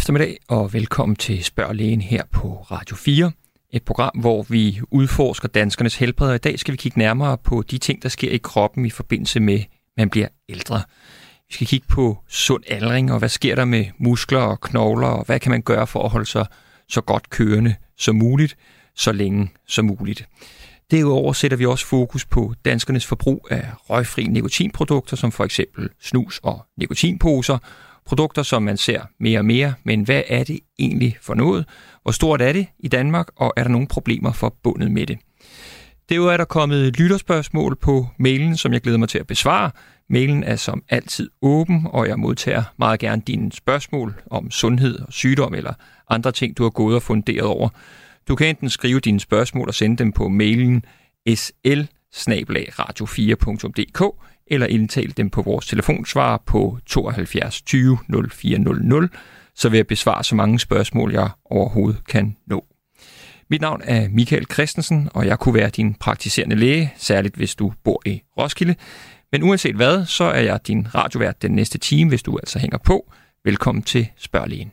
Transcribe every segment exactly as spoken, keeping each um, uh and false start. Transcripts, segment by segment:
eftermiddag, og velkommen til Spørg Lægen her på Radio fire. Et program, hvor vi udforsker danskernes helbred, og i dag skal vi kigge nærmere på de ting, der sker i kroppen i forbindelse med, at man bliver ældre. Vi skal kigge på sund aldring, og hvad sker der med muskler og knogler, og hvad kan man gøre for at holde sig så godt kørende som muligt, så længe som muligt. Derudover sætter vi også fokus på danskernes forbrug af røgfri nikotinprodukter, som for eksempel snus og nikotinposer. Produkter, som man ser mere og mere, men hvad er det egentlig for noget? Hvor stort er det i Danmark, og er der nogle problemer forbundet med det? Derudover er der kommet lytterspørgsmål på mailen, som jeg glæder mig til at besvare. Mailen er som altid åben, og jeg modtager meget gerne dine spørgsmål om sundhed og sygdom eller andre ting, du har gået og funderet over. Du kan enten skrive dine spørgsmål og sende dem på mailen s l bindestreg radio fire punktum d k eller indtale dem på vores telefonsvarer på tooghalvfjerds tyve nul fire nul nul, så vil jeg besvare så mange spørgsmål, jeg overhovedet kan nå. Mit navn er Michael Christensen, og jeg kunne være din praktiserende læge, særligt hvis du bor i Roskilde. Men uanset hvad, så er jeg din radiovært den næste time, hvis du altså hænger på. Velkommen til Spørg Lægen.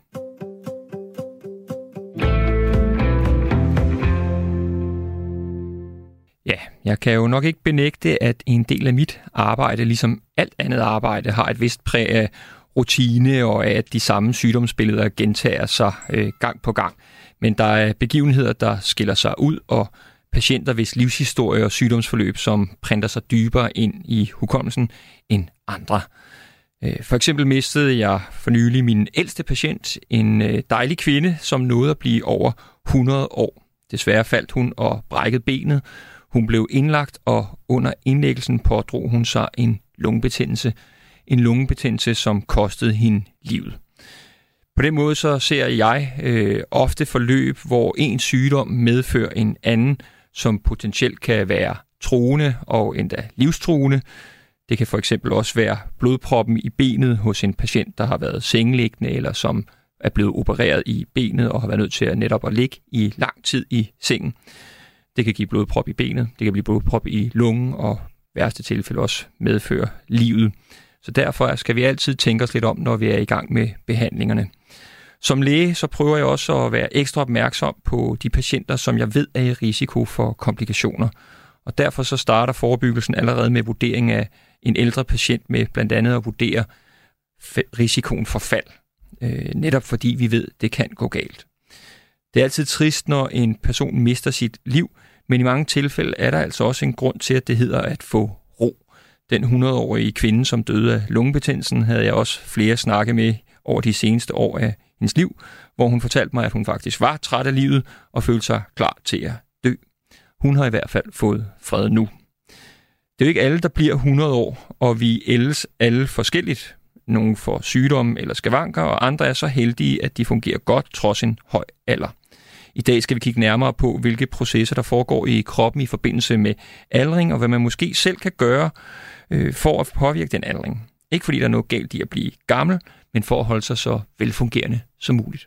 Ja, jeg kan jo nok ikke benægte, at en del af mit arbejde, ligesom alt andet arbejde, har et vist præg af rutine og af, at de samme sygdomsbilleder gentager sig øh, gang på gang. Men der er begivenheder, der skiller sig ud, og patienter, hvis livshistorie og sygdomsforløb, som printer sig dybere ind i hukommelsen end andre. For eksempel mistede jeg for nylig min ældste patient, en dejlig kvinde, som nåede at blive over hundrede år. Desværre faldt hun og brækkede benet. Hun blev indlagt, og under indlæggelsen pådrog hun sig en lungebetændelse. En lungebetændelse, som kostede hende livet. På den måde så ser jeg øh, ofte forløb, hvor en sygdom medfører en anden, som potentielt kan være truende og endda livstruende. Det kan for eksempel også være blodproppen i benet hos en patient, der har været sengeliggende, eller som er blevet opereret i benet og har været nødt til at netop at ligge i lang tid i sengen. Det kan give blodprop i benet, det kan blive blodprop i lungen, og i værste tilfælde også medføre livet. Så derfor skal vi altid tænke os lidt om, når vi er i gang med behandlingerne. Som læge så prøver jeg også at være ekstra opmærksom på de patienter, som jeg ved er i risiko for komplikationer. Og derfor så starter forebyggelsen allerede med vurdering af en ældre patient med blandt andet at vurdere risikoen for fald. Øh, netop fordi vi ved, det kan gå galt. Det er altid trist, når en person mister sit liv, men i mange tilfælde er der altså også en grund til, at det hedder at få ro. Den hundrede-årige kvinde, som døde af lungebetændelsen, havde jeg også flere snakke med over de seneste år af hendes liv, hvor hun fortalte mig, at hun faktisk var træt af livet og følte sig klar til at dø. Hun har i hvert fald fået fred nu. Det er jo ikke alle, der bliver hundrede år, og vi ældes alle forskelligt. Nogle får sygdomme eller skavanker, og andre er så heldige, at de fungerer godt trods en høj alder. I dag skal vi kigge nærmere på, hvilke processer der foregår i kroppen i forbindelse med aldring, og hvad man måske selv kan gøre øh, for at påvirke den aldring. Ikke fordi der er noget galt i at blive gammel, men for at holde sig så velfungerende som muligt.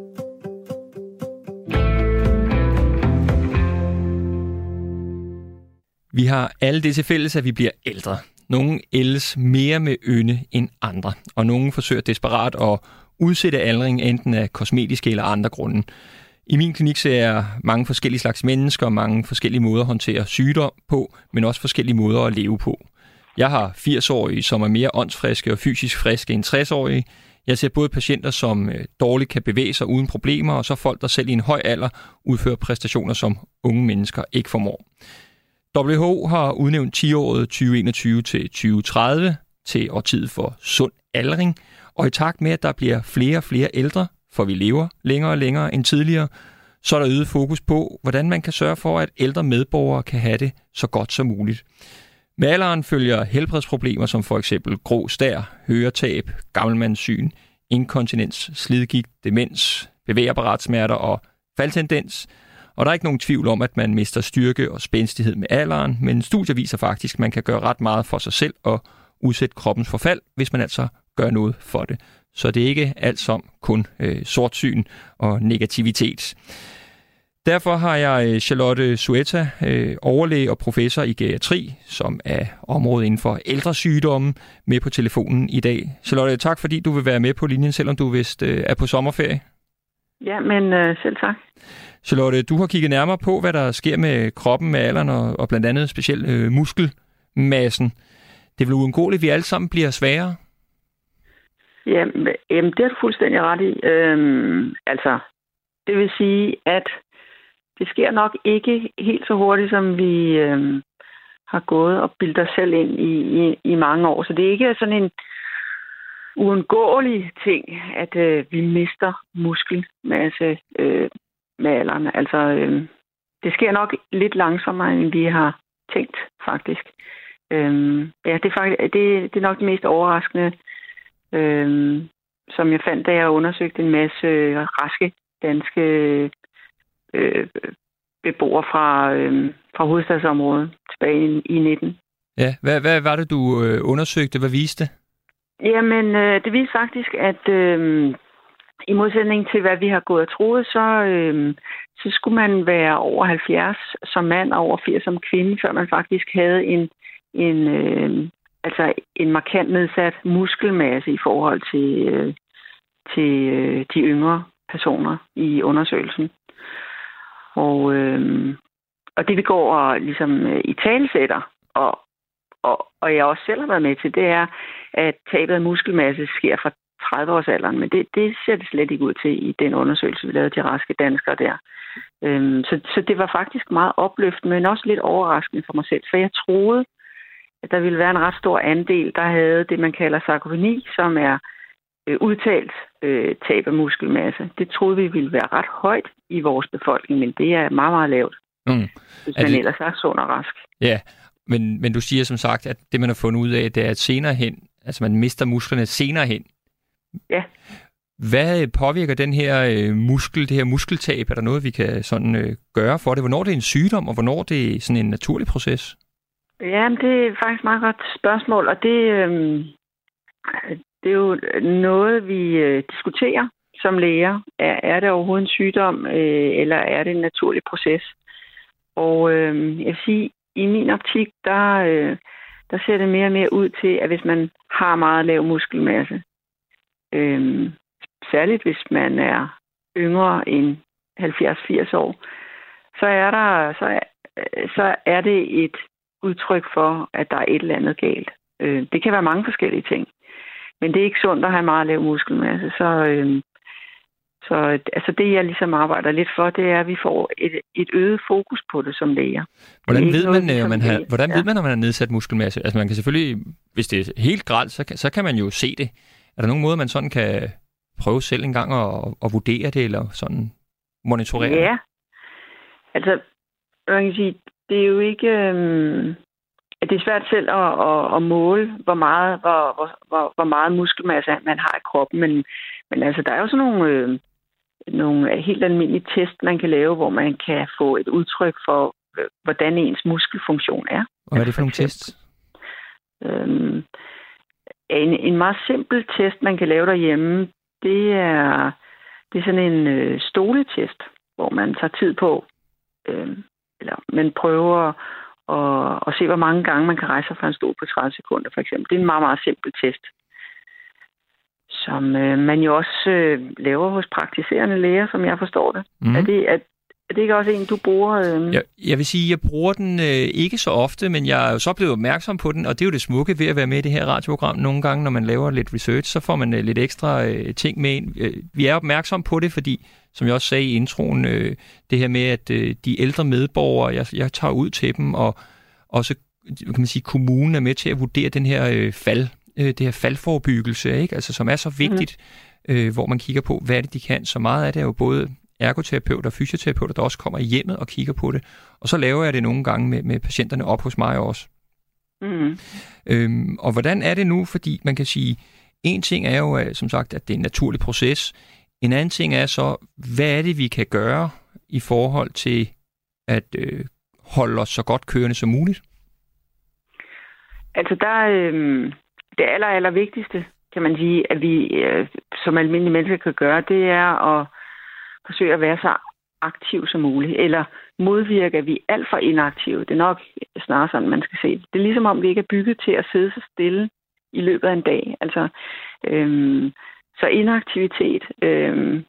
Vi har alle det til fælles, at vi bliver ældre. Nogle ældes mere med ynde end andre, og nogle forsøger desperat at udsætte aldring enten af kosmetiske eller andre grunde. I min klinik ser jeg mange forskellige slags mennesker og mange forskellige måder at håndtere sygdom på, men også forskellige måder at leve på. Jeg har firs-årige, som er mere åndsfriske og fysisk friske end tres-årige. Jeg ser både patienter, som dårligt kan bevæge sig uden problemer, og så folk, der selv i en høj alder udfører præstationer, som unge mennesker ikke formår. W H O har udnævnt ti-året tyve enogtyve til tyve tredive til årtiet for sund aldring, og i takt med, at der bliver flere og flere ældre, for vi lever længere og længere end tidligere, så er der øget fokus på, hvordan man kan sørge for, at ældre medborgere kan have det så godt som muligt. Med alderen følger helbredsproblemer som for eksempel grå stær, høretab, gammelmandssyn, inkontinens, slidgigt, demens, bevægeapparatsmerter og faldtendens. Og der er ikke nogen tvivl om, at man mister styrke og spændstighed med alderen, men studier viser faktisk, at man kan gøre ret meget for sig selv og udsætte kroppens forfald, hvis man altså gør noget for det. Så det er ikke alt som kun øh, sortsyn og negativitet. Derfor har jeg Charlotte Suetta, overlæge og professor i geriatri, som er området inden for ældresygdomme, med på telefonen i dag. Charlotte, tak fordi du vil være med på linjen, selvom du vist er på sommerferie. Ja, men øh, selv tak. Charlotte, du har kigget nærmere på, hvad der sker med kroppen med alderen, og, og blandt andet specielt øh, muskelmassen. Det er vel uundgåeligt, at vi alle sammen bliver sværere? Ja, jamen, det er du fuldstændig ret i. Øhm, altså, det vil sige, at det sker nok ikke helt så hurtigt, som vi øhm, har gået og bildet os selv ind i, i, i mange år. Så det er ikke sådan en uundgåelig ting, at øh, vi mister muskelmasse øh, med alderen. Altså, øh, det sker nok lidt langsommere, end vi har tænkt, faktisk. Øh, ja, det er, faktisk det, det er nok det mest overraskende, øh, som jeg fandt, da jeg undersøgte en masse øh, raske danske øh, beboere fra, øh, fra hovedstadsområdet tilbage i, i nitten. Ja, hvad, hvad var det, du øh, undersøgte? Hvad viste det? Jamen, øh, det viste faktisk, at øh, i modsætning til, hvad vi har gået og troet, så, øh, så skulle man være over halvfjerds som mand og over firs som kvinde, før man faktisk havde en, en, øh, altså en markant nedsat muskelmasse i forhold til, øh, til øh, de yngre personer i undersøgelsen. Og, øh, og det vi går og ligesom øh, i talesætter, og, og, og jeg også selv har været med til, det er, at tabet af muskelmasse sker fra tredive-årsalderen, men det, det ser det slet ikke ud til i den undersøgelse, vi lavede til raske danskere der. Øhm, så, så det var faktisk meget opløftende, men også lidt overraskende for mig selv, for jeg troede, at der ville være en ret stor andel, der havde det, man kalder sarkopeni, som er øh, udtalt øh, tab af muskelmasse. Det troede vi ville være ret højt i vores befolkning, men det er meget, meget lavt, mm. hvis man det... ellers er sund og rask. Ja, men, men du siger som sagt, at det, man har fundet ud af, det er, at senere hen, altså man mister musklerne senere hen. Ja. Hvad påvirker den her øh, muskel, det her muskeltab? Er der noget, vi kan sådan øh, gøre for det? Hvornår det er en sygdom, og hvornår det er sådan en naturlig proces? Ja, det er faktisk et meget godt spørgsmål, og det, øh, det er jo noget, vi øh, diskuterer som læger. Er, er det overhovedet en sygdom, øh, eller er det en naturlig proces? Og øh, jeg vil sige, i min optik, der, øh, der ser det mere og mere ud til, at hvis man har meget lav muskelmasse, øh, særligt hvis man er yngre end halvfjerds til firs år, så er, der, så, er, så er det et udtryk for, at der er et eller andet galt. Øh, det kan være mange forskellige ting, men det er ikke sundt at have meget lav muskelmasse. Så, øh, så altså det, jeg ligesom arbejder lidt for, det er, at vi får et, et øget fokus på det som læger. Hvordan ved man, noget, man har, hvordan ja. ved man, om man har nedsat muskelmasse? Altså man kan selvfølgelig, hvis det er helt grelt, så kan, så kan man jo se det. Er der nogen måde, man sådan kan prøve selv en gang at, at vurdere det, eller sådan monitorere det? Ja, altså man kan sige, det er jo ikke... Øh, det er svært selv at, at, at måle, hvor meget, hvor, hvor, hvor meget muskelmasse man har i kroppen, men, men altså, der er jo sådan nogle, øh, nogle helt almindelige test, man kan lave, hvor man kan få et udtryk for, hvordan ens muskelfunktion er. Og hvad er det for nogle tests? Øhm, en, en meget simpel test, man kan lave derhjemme, det er, det er sådan en øh, stoletest, hvor man tager tid på, øh, eller man prøver Og, og se, hvor mange gange man kan rejse sig fra en stol på tredive sekunder, for eksempel. Det er en meget, meget simpel test, som øh, man jo også øh, laver hos praktiserende læger, som jeg forstår det. Mm. Er det, er, er det ikke også en, du bruger? Øh? Jeg, jeg vil sige, jeg bruger den øh, ikke så ofte, men jeg er jo så blevet opmærksom på den, og det er jo det smukke ved at være med i det her radioprogram. Nogle gange, når man laver lidt research, så får man øh, lidt ekstra øh, ting med ind. Øh, vi er opmærksom på det, fordi som jeg også sagde i introen, øh, det her med, at øh, de ældre medborgere, jeg, jeg tager ud til dem, og også kan man sige, kommunen er med til at vurdere den her øh, fald, øh, det her faldforebyggelse, ikke? Altså, som er så vigtigt, mm. øh, hvor man kigger på, hvad er det, de kan. Så meget af det er jo både ergoterapeuter og fysioterapeuter, der også kommer i hjemmet og kigger på det. Og så laver jeg det nogle gange med, med patienterne op hos mig også. Mm. Øhm, og hvordan er det nu? Fordi man kan sige, en ting er jo, som sagt, at det er en naturlig proces. En anden ting er så, hvad er det, vi kan gøre i forhold til at øh, holde os så godt kørende som muligt? Altså, der øh, det aller, aller vigtigste, kan man sige, at vi øh, som almindelige mennesker kan gøre, det er at forsøge at være så aktive som muligt, eller modvirke, at vi er alt for inaktive. Det er nok snarere sådan, man skal se det. Det er ligesom om, vi ikke er bygget til at sidde så stille i løbet af en dag. Altså, øhm, så inaktivitet. Øhm.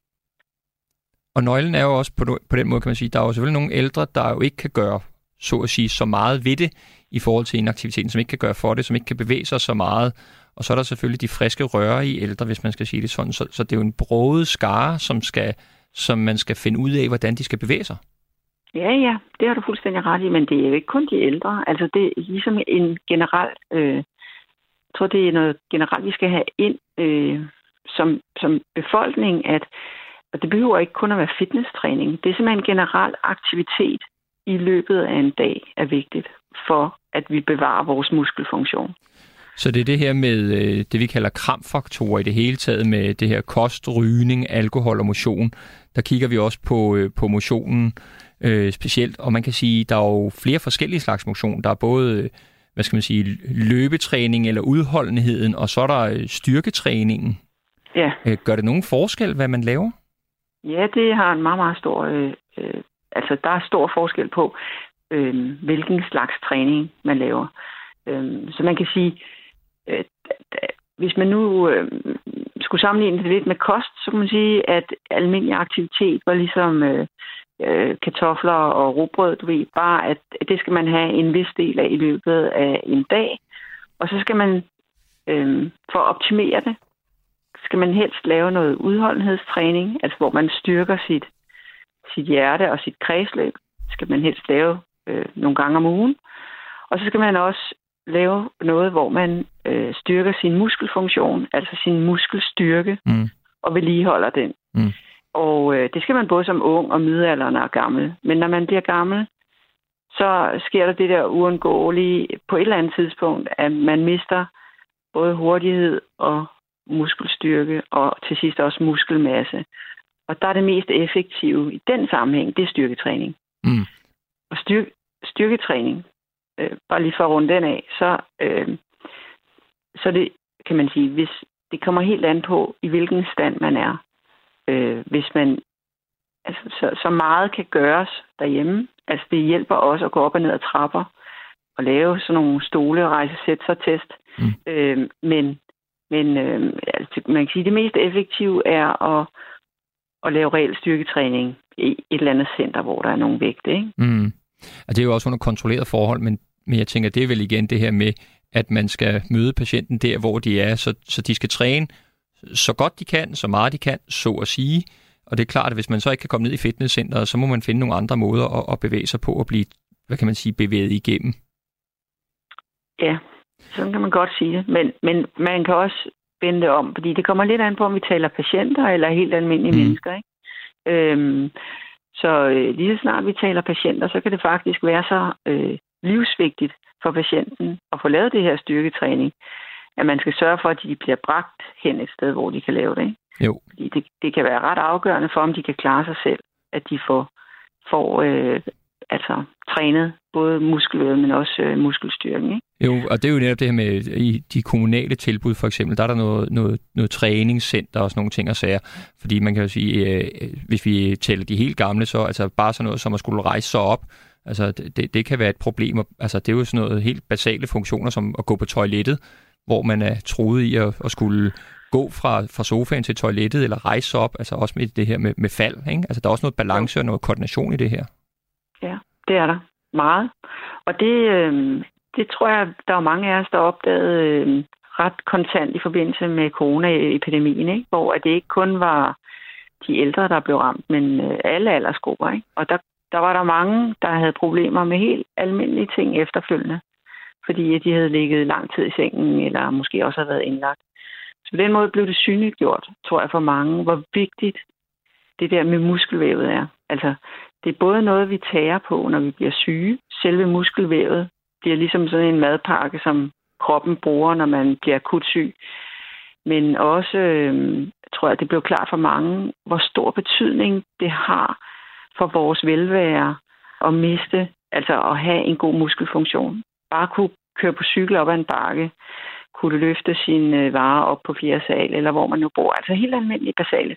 Og nøglen er jo også på, på den måde, kan man sige, der er jo selvfølgelig nogle ældre, der jo ikke kan gøre, så at sige, så meget ved det i forhold til inaktiviteten, som ikke kan gøre for det, som ikke kan bevæge sig så meget. Og så er der selvfølgelig de friske røre i ældre, hvis man skal sige det sådan. Så, så det er jo en broget skare, som, skal, som man skal finde ud af, hvordan de skal bevæge sig. Ja, ja, det har du fuldstændig ret i, men det er jo ikke kun de ældre. Altså det er ligesom en generel, øh, jeg tror det er noget generelt, vi skal have ind øh, som, som befolkning, at, og det behøver ikke kun at være fitnesstræning. Det er simpelthen en generel aktivitet i løbet af en dag er vigtigt for, at vi bevarer vores muskelfunktion. Så det er det her med øh, det, vi kalder kramfaktorer i det hele taget, med det her kost, rygning, alkohol og motion. Der kigger vi også på, øh, på motionen øh, specielt, og man kan sige, der er jo flere forskellige slags motion. Der er både, øh, hvad skal man sige, løbetræning eller udholdenheden, og så er der øh, styrketræningen. Ja. Øh, gør det nogen forskel, hvad man laver? Ja, det har en meget, meget stor... Øh, øh, altså, der er stor forskel på, øh, hvilken slags træning man laver. Øh, så man kan sige... Øh, hvis man nu øh, skulle sammenligne det lidt med kost, så kan man sige, at almindelig aktivitet var ligesom øh, øh, kartofler og rugbrød, du ved, bare at det skal man have en vis del af i løbet af en dag. Og så skal man, øh, for at optimere det, skal man helst lave noget udholdenhedstræning, altså hvor man styrker sit, sit hjerte og sit kredsløb. Skal man helst lave øh, nogle gange om ugen. Og så skal man også lave noget, hvor man øh, styrker sin muskelfunktion, altså sin muskelstyrke, mm. og vedligeholder den. Mm. Og øh, det skal man både som ung og middelaldrende og gammel. Men når man bliver gammel, så sker der det der uundgåelige på et eller andet tidspunkt, at man mister både hurtighed og muskelstyrke, og til sidst også muskelmasse. Og der er det mest effektive i den sammenhæng, det er styrketræning. Mm. Og styrke, styrketræning, Øh, bare lige for at runde den af, så, øh, så det kan man sige, hvis det kommer helt an på, i hvilken stand man er. Øh, hvis man, altså, så, så meget kan gøres derhjemme. Altså det hjælper også at gå op og ned ad trapper og lave sådan nogle stole- og rejse-sæt-sig-test. Mm. Øh, men men øh, altså, man kan sige, at det mest effektive er at, at lave reel styrketræning i et eller andet center, hvor der er nogle vægte, ikke? Mm. Og det er jo også under kontrolleret forhold, men, men jeg tænker, det er vel igen det her med, at man skal møde patienten der, hvor de er, så, så de skal træne så godt de kan, så meget de kan, så at sige. Og det er klart, at hvis man så ikke kan komme ned i fitnesscenteret, så må man finde nogle andre måder at, at bevæge sig på og blive, hvad kan man sige, bevæget igennem. Ja, sådan kan man godt sige det. Men, men man kan også vende det om, fordi det kommer lidt an på, om vi taler patienter eller helt almindelige mm. mennesker, ikke? Øhm, Så øh, lige så snart vi taler patienter, så kan det faktisk være så øh, livsvigtigt for patienten at få lavet det her styrketræning, at man skal sørge for, at de bliver bragt hen et sted, hvor de kan lave det. Ikke? Jo. Fordi det, det kan være ret afgørende for, om de kan klare sig selv, at de får, får øh, altså, trænet både muskelvævet, men også øh, muskelstyrken. Ikke? Jo, og det er jo netop det her med i de kommunale tilbud for eksempel, der er der noget, noget, noget træningscenter og sådan nogle ting og sager, fordi man kan jo sige, øh, hvis vi tæller de helt gamle, så altså bare sådan noget som at skulle rejse sig op, altså det, det kan være et problem, altså det er jo sådan noget helt basale funktioner som at gå på toilettet, hvor man er troet i at, at skulle gå fra, fra sofaen til toilettet eller rejse sig op, altså også med det her med, med fald, ikke? Altså der er også noget balance og noget koordination i det her. Ja, det er der. Meget. Og det, øh, det tror jeg, der er mange af os, der opdagede øh, ret kontant i forbindelse med coronaepidemien, ikke? Hvor at det ikke kun var de ældre, der blev ramt, men øh, alle aldersgrupper. Ikke? Og der, der var der mange, der havde problemer med helt almindelige ting efterfølgende, fordi at de havde ligget lang tid i sengen, eller måske også havde været indlagt. Så på den måde blev det synliggjort, tror jeg, for mange, hvor vigtigt det der med muskelvævet er. Altså, det er både noget, vi tager på, når vi bliver syge. Selve muskelvævet bliver ligesom sådan en madpakke, som kroppen bruger, når man bliver akut syg. Men også, øh, tror jeg, det blev klart for mange, hvor stor betydning det har for vores velvære at miste, altså at have en god muskelfunktion. Bare kunne køre på cykel op ad en bakke, kunne løfte sine varer op på fjerde sal, eller hvor man nu bor. Altså helt almindelige basale ting.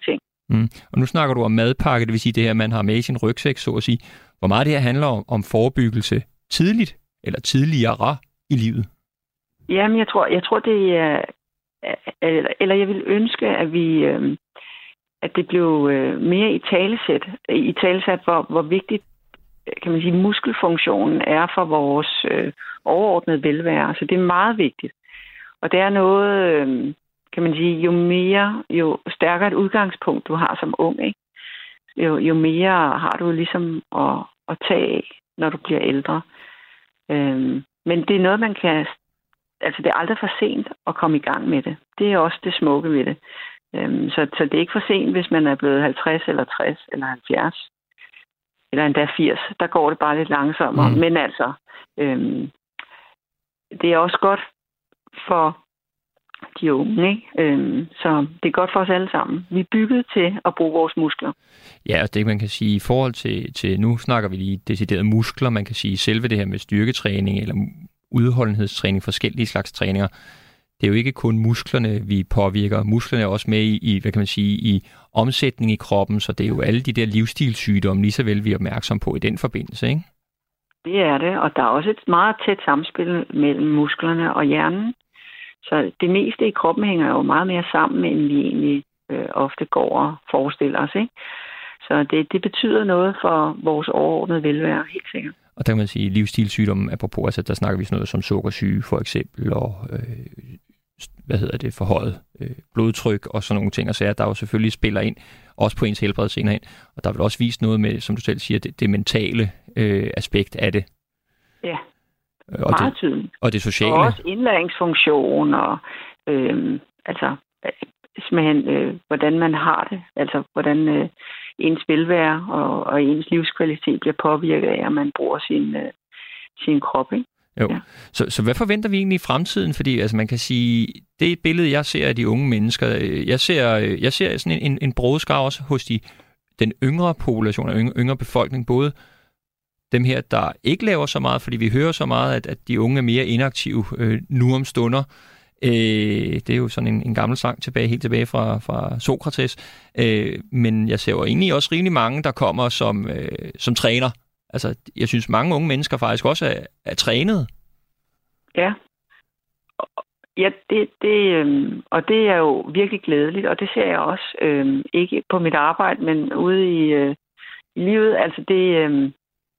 Mm. Og nu snakker du om madpakke, det vil sige det her, man har med i sin rygsæk, så at sige. Hvor meget det her handler om, om forebyggelse tidligt eller tidligere i livet? Jamen, jeg tror, jeg tror det er... Eller, eller jeg vil ønske, at vi... Øh, at det blev øh, mere i talesæt, i talesæt hvor, hvor vigtigt, kan man sige, muskelfunktionen er for vores øh, overordnede velvære. Så det er meget vigtigt. Og det er noget, øh, kan man sige, jo mere, jo stærkere et udgangspunkt du har som ung, ikke? Jo, jo mere har du ligesom at, at tage af, når du bliver ældre. Øh, men det er noget, man kan... Altså, det er aldrig for sent at komme i gang med det. Det er også det smukke ved det. Øhm, så, så det er ikke for sent, hvis man er blevet halvtreds eller tres eller halvfjerds. Eller endda firs. Der går det bare lidt langsommere. Mm. Men altså, øhm, det er også godt for de unge, ikke? Øhm, så det er godt for os alle sammen. Vi er bygget til at bruge vores muskler. Ja, og det man kan sige i forhold til, til nu snakker vi lige decideret muskler. Man kan sige selve det her med styrketræning eller udholdenhedstræning, forskellige slags træninger. Det er jo ikke kun musklerne, vi påvirker. Musklerne er også med i, i, hvad kan man sige, i omsætning i kroppen, så det er jo alle de der livsstilssygdomme, lige så vel vi er opmærksom på i den forbindelse, ikke? Det er det, og der er også et meget tæt samspil mellem musklerne og hjernen. Så det meste i kroppen hænger jo meget mere sammen, end vi egentlig øh, ofte går og forestiller os, ikke? Så det, det betyder noget for vores overordnede velvære, helt sikkert. Og der kan man sige, livsstilssygdomme, apropos, altså der snakker vi sådan noget som sukkersyge for eksempel, og øh, hvad hedder det, forhøjet øh, blodtryk og sådan nogle ting, og så er der jo selvfølgelig spiller ind, også på ens helbred senere hen. Og der vil også vise noget med, som du selv siger, det, det mentale øh, aspekt af det. Ja, og meget det, tydeligt. Og det sociale. Og også indlæringsfunktion, og øh, altså, simpelthen, øh, hvordan man har det, altså hvordan øh, ens velvære og, og ens livskvalitet bliver påvirket af, at man bruger sin, øh, sin krop, ikke? Jo. Ja. Så, så hvad forventer vi egentlig i fremtiden? Fordi altså, man kan sige, det er et billede, jeg ser af de unge mennesker. Jeg ser, jeg ser sådan en, en brodskar også hos de, den yngre population, yngre, yngre befolkning, både dem her, der ikke laver så meget, fordi vi hører så meget, at, at de unge er mere inaktive øh, nu om stunder. Øh, det er jo sådan en, en gammel sang tilbage, helt tilbage fra, fra Sokrates. Øh, men jeg ser jo egentlig også rimelig mange, der kommer som, øh, som træner. Altså, jeg synes, mange unge mennesker faktisk også er, er trænet. Ja. Ja, det, det, øh, og det er jo virkelig glædeligt, og det ser jeg også, øh, ikke på mit arbejde, men ude i, øh, i livet. Altså, det, øh,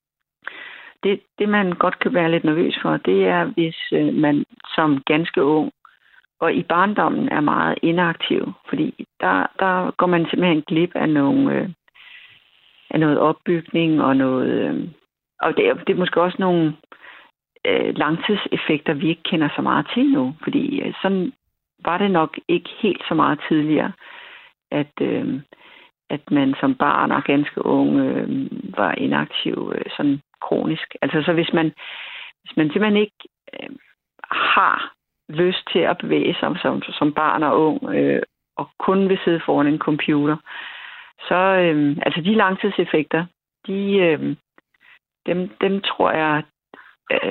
det, det, man godt kan være lidt nervøs for, det er, hvis øh, man som ganske ung og i barndommen er meget inaktiv, fordi der, der går man simpelthen glip af nogle... Øh, af noget opbygning og noget... Øh, og det er, det er måske også nogle øh, langtidseffekter, vi ikke kender så meget til nu. Fordi øh, sådan var det nok ikke helt så meget tidligere, at, øh, at man som barn og ganske ung øh, var inaktiv øh, sådan kronisk. Altså så hvis man, hvis man simpelthen ikke øh, har lyst til at bevæge sig som, som barn og ung, øh, og kun vil sidde foran en computer, så øh, altså de langtidseffekter, de, øh, dem, dem tror jeg, øh,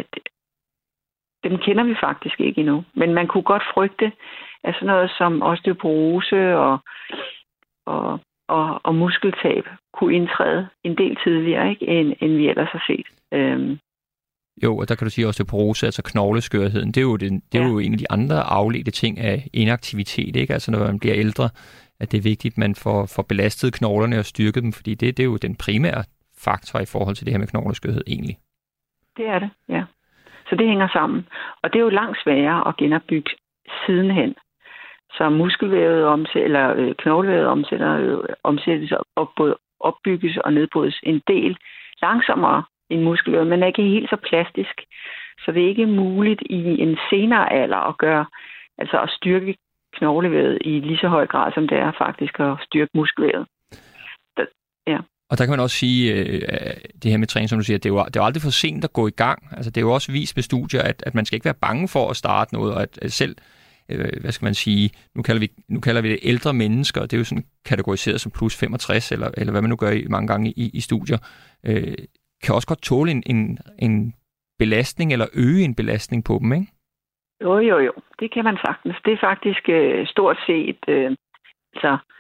dem kender vi faktisk ikke endnu. Men man kunne godt frygte, at sådan noget som osteoporose og, og, og, og muskeltab kunne indtræde en del tidligere, ikke, end, end vi ellers har set. Øh. Jo, og der kan du sige osteoporose, altså knogleskørheden, det er jo, den, det er ja. jo en af de andre afledte ting af inaktivitet, ikke? Altså når man bliver ældre, at det er vigtigt, at man får, får belastet knoglerne og styrket dem, fordi det, det er jo den primære faktor i forhold til det her med knogleskørhed egentlig. Det er det, ja. Så det hænger sammen. Og det er jo langt sværere at genopbygge sidenhen. Så muskelvævet omsætter, eller øh, knoglevævet omsætter, øh, omsættes og både opbygges og nedbrydes en del langsommere end muskelvævet, men er ikke helt så plastisk. Så det er ikke muligt i en senere alder at gøre, altså at styrke knoglevævet i lige så høj grad, som det er faktisk at styrke muskelvævet. Ja. Og der kan man også sige, at det her med træning, som du siger, det er jo, det er jo aldrig for sent at gå i gang. Altså, det er jo også vist med studier, at, at man skal ikke være bange for at starte noget, og at, at selv, øh, hvad skal man sige, nu kalder, vi, nu kalder vi det ældre mennesker, og det er jo sådan kategoriseret som plus femogtres, eller, eller hvad man nu gør i, mange gange i, i studier, øh, kan også godt tåle en, en, en belastning, eller øge en belastning på dem, ikke? Jo, jo, jo. Det kan man sagtens. Det er faktisk øh, stort set, øh, altså,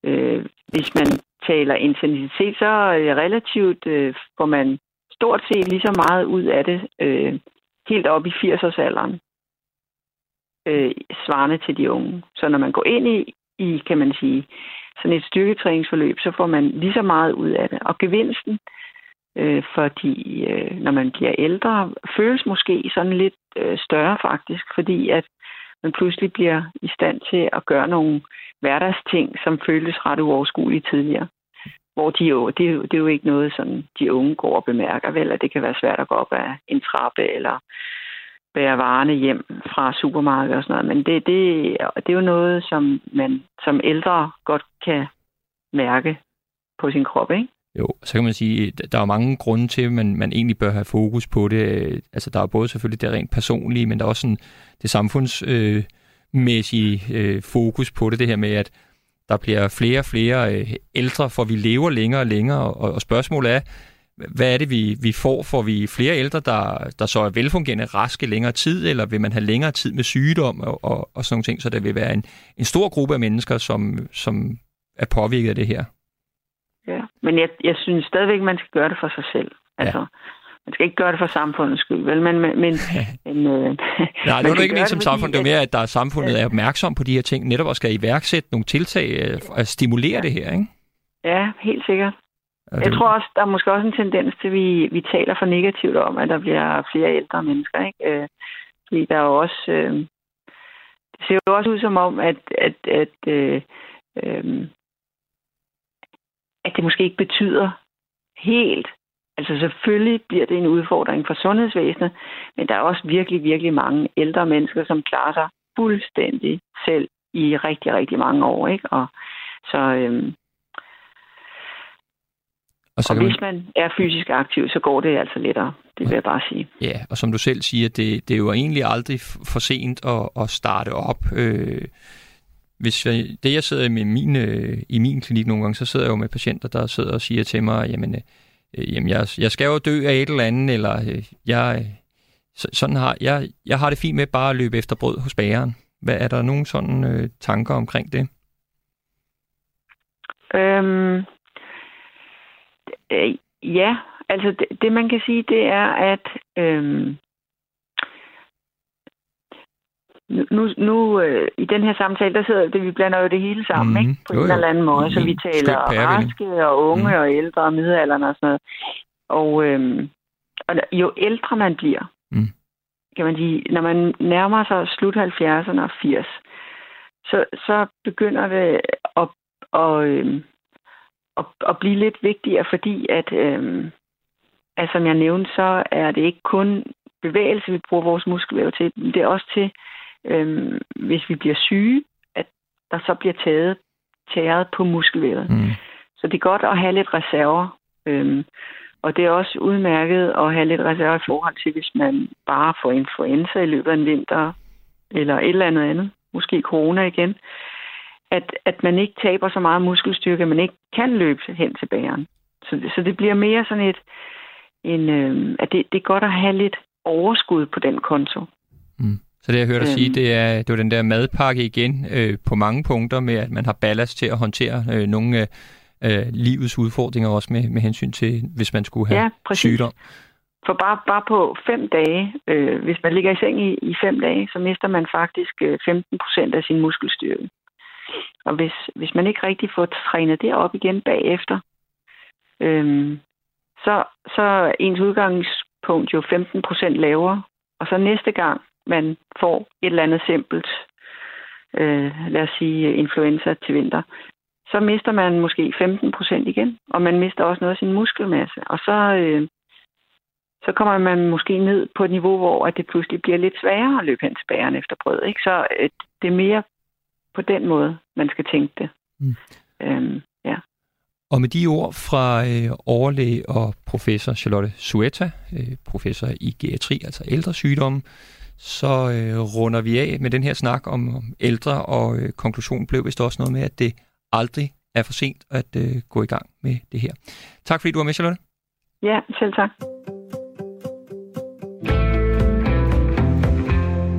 Øh, hvis man taler intensitet, så er relativt øh, får man stort set lige så meget ud af det øh, helt op i firs-årsalderen, øh, svarende til de unge. Så når man går ind i, i, kan man sige, sådan et styrketræningsforløb, så får man lige så meget ud af det. Og gevinsten, øh, fordi øh, når man bliver ældre, føles måske sådan lidt øh, større faktisk, fordi at man pludselig bliver i stand til at gøre nogle hverdagsting, som føltes ret uoverskuelige tidligere. Hvor de jo, det, er jo, det er jo ikke noget, sådan de unge går og bemærker vel, at det kan være svært at gå op ad en trappe eller bære varerne hjem fra supermarkedet og sådan noget. Men det, det, det er jo noget, som man som ældre godt kan mærke på sin krop, ikke? Jo, så kan man sige, der er mange grunde til, at man, man egentlig bør have fokus på det. Altså, der er både selvfølgelig det rent personlige, men der er også sådan det samfundsmæssige øh, fokus på det, det her med, at der bliver flere og flere øh, ældre, for vi lever længere og længere, og, og spørgsmålet er, hvad er det, vi, vi får? Får vi flere ældre, der, der så er velfungerende, raske længere tid, eller vil man have længere tid med sygdom og, og, og sådan nogle ting, så der vil være en, en stor gruppe af mennesker, som, som er påvirket af det her? Ja, men jeg, jeg synes stadigvæk, man skal gøre det for sig selv. Altså, ja. Man skal ikke gøre det for samfundets skyld, vel? Men, men, men, men, øh, Nej, det er jo ikke ment som samfund. Det er mere, at der er samfundet er opmærksom på de her ting, netop og skal iværksætte nogle tiltag at stimulere ja. det her, ikke? Ja, helt sikkert. Jeg tror også, der er måske også en tendens til, at vi, vi taler for negativt om, at der bliver flere ældre mennesker, ikke? Øh, fordi der er jo også... Øh, det ser jo også ud som om, at... at, at øh, øh, at det måske ikke betyder helt. Altså selvfølgelig bliver det en udfordring for sundhedsvæsenet, men der er også virkelig, virkelig mange ældre mennesker, som klarer sig fuldstændig selv i rigtig, rigtig mange år, ikke? Og så øhm, og, så og hvis man... man er fysisk aktiv, så går det altså lettere. Det vil jeg bare sige. Ja, og som du selv siger, det, det er jo egentlig aldrig for sent at, at starte op. Øh, Hvis jeg, det jeg sidder med min, øh, i min klinik nogle gange, så sidder jeg jo med patienter, der sidder og siger til mig, jamen, øh, jamen jeg, jeg skal jo dø af et eller andet, eller øh, jeg, øh, sådan har, jeg, jeg har det fint med bare at løbe efter brød hos bageren. Hvad, er der nogen sådan øh, tanker omkring det? Øhm, øh, ja, altså det, det man kan sige, det er, at øhm, Nu, nu øh, i den her samtale, der sidder det, vi blander jo det hele sammen, mm, ikke? På jo, en eller anden måde. Så vi taler raske og unge mm. og ældre og middelalderen og sådan noget. Og, øh, og jo ældre man bliver, mm. kan man sige, når man nærmer sig slut halvfjerdserne og firs, så, så begynder det at, at, øh, at, at blive lidt vigtigere, fordi at, øh, altså, som jeg nævnte, så er det ikke kun bevægelse, vi bruger vores muskelvæv til, det er også til Øhm, hvis vi bliver syge, at der så bliver taget tæret på muskelvævet. Mm. Så det er godt at have lidt reserver. Øhm, og det er også udmærket at have lidt reserver i forhold til, hvis man bare får influenza i løbet af en vinter, eller et eller andet andet, måske corona igen, at, at man ikke taber så meget muskelstyrke, at man ikke kan løbe hen til bageren. Så, så det bliver mere sådan et, en, øhm, at det, det er godt at have lidt overskud på den konto. Mm. Så det, jeg hørte dig øhm. sige, det er, det var den der madpakke igen øh, på mange punkter med, at man har ballast til at håndtere øh, nogle af øh, livets udfordringer også med, med hensyn til, hvis man skulle have ja, sygdom. For bare, bare på fem dage, øh, hvis man ligger i seng i, i fem dage, så mister man faktisk øh, femten procent af sin muskelstyrke. Og hvis, hvis man ikke rigtig får trænet det op igen bagefter, øh, så, så er ens udgangspunkt jo femten procent lavere. Og så næste gang, man får et eller andet simpelt, øh, lad os sige influenza til vinter, så mister man måske femten procent igen, og man mister også noget af sin muskelmasse. Og så, øh, så kommer man måske ned på et niveau, hvor at det pludselig bliver lidt sværere at løbe hen til bageren efter brød. Ikke? Så øh, det er mere på den måde, man skal tænke det. Mm. Øhm, ja. Og med de ord fra øh, overlæge og professor Charlotte Suetta, øh, professor i geriatri, altså ældresygdomme, så øh, runder vi af med den her snak om, om ældre, og øh, konklusionen blev vist også noget med, at det aldrig er for sent at øh, gå i gang med det her. Tak fordi du var med, Charlotte. Ja, selv tak.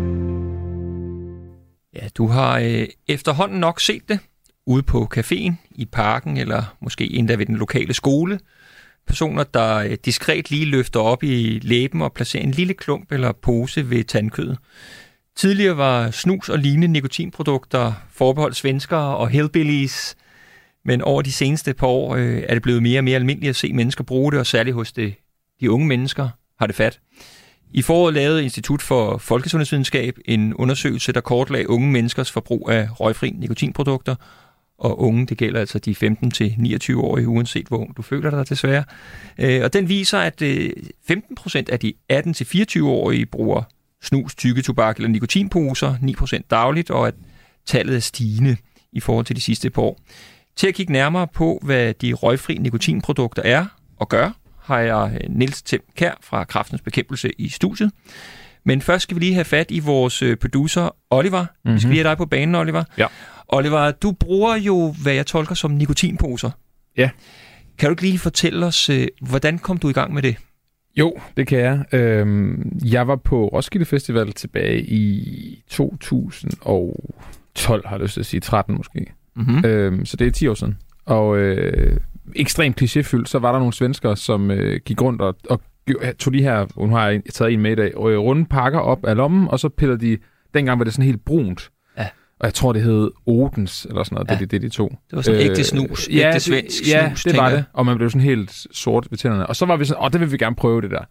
Ja, du har øh, efterhånden nok set det ude på caféen i parken, eller måske endda ved den lokale skole. Personer, der diskret lige løfter op i læben og placerer en lille klump eller pose ved tandkødet. Tidligere var snus og lignende nikotinprodukter forbeholdt svenskere og hillbillies, men over de seneste par år øh, er det blevet mere og mere almindeligt at se mennesker bruge det, og særligt hos det, de unge mennesker har det fat. I foråret lavede Institut for Folkesundhedsvidenskab en undersøgelse, der kortlagde unge menneskers forbrug af røgfri nikotinprodukter, og unge, det gælder altså de femten til niogtyve-årige, uanset hvor du føler dig desværre. Øh, og den viser, at øh, femten procent af de atten til fireogtyve-årige bruger snus, tykketobak eller nikotinposer, ni procent dagligt, og at tallet er stigende i forhold til de sidste par år. Til at kigge nærmere på, hvad de røgfri nikotinprodukter er og gør, har jeg Niels Tim Kjær fra Kræftens Bekæmpelse i studiet. Men først skal vi lige have fat i vores producer Oliver. Mm-hmm. Vi skal lige have dig på banen, Oliver. Ja. Oliver, du bruger jo, hvad jeg tolker som nikotinposer. Ja. Kan du ikke lige fortælle os, hvordan kom du i gang med det? Jo, det kan jeg. Øhm, jeg var på Roskilde Festival tilbage i to tusind og tolv, har jeg lyst til at sige, tretten måske. Mm-hmm. Øhm, så det er ti år siden. Og øh, ekstremt klichéfyldt, så var der nogle svenskere, som øh, gik rundt og, og tog de her, nu har jeg taget en med i dag, øh, runde pakker op af lommen, og så piller de, dengang var det sådan helt brunt. Ja. Og jeg tror, det hed Odens, eller sådan noget, ja. det, det, det de to. Det var sådan øh, ægte snus, ægte ja, svensk ja, snus. Ja, det var det, og man blev sådan helt sort ved tænderne. Og så var vi sådan, åh, det vil vi gerne prøve det der.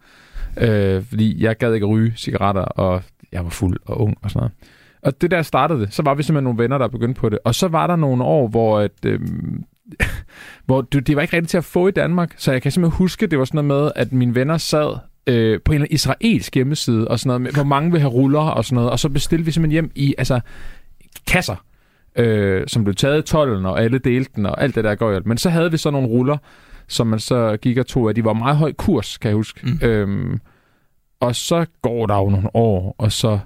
Øh, fordi jeg gad ikke ryge cigaretter, og jeg var fuld og ung og sådan noget. Og det der startede det. Så var vi simpelthen nogle venner, der begyndte på det. Og så var der nogle år, hvor, at, øhm, hvor det, det var ikke rigtigt til at få i Danmark. Så jeg kan simpelthen huske, det var sådan noget med, at mine venner sad øh, på en eller anden israelsk hjemmeside, og sådan noget med, hvor mange vil have ruller og sådan noget. Og så bestilte vi simpelthen hjem i altså, kasser, øh, som blev taget i tolden, og alle delte den, og alt det der går jo. Men så havde vi så nogle ruller, som man så gik og tog af. De var meget høj kurs, kan jeg huske. Mm. Øhm, og så går der jo nogle år, og så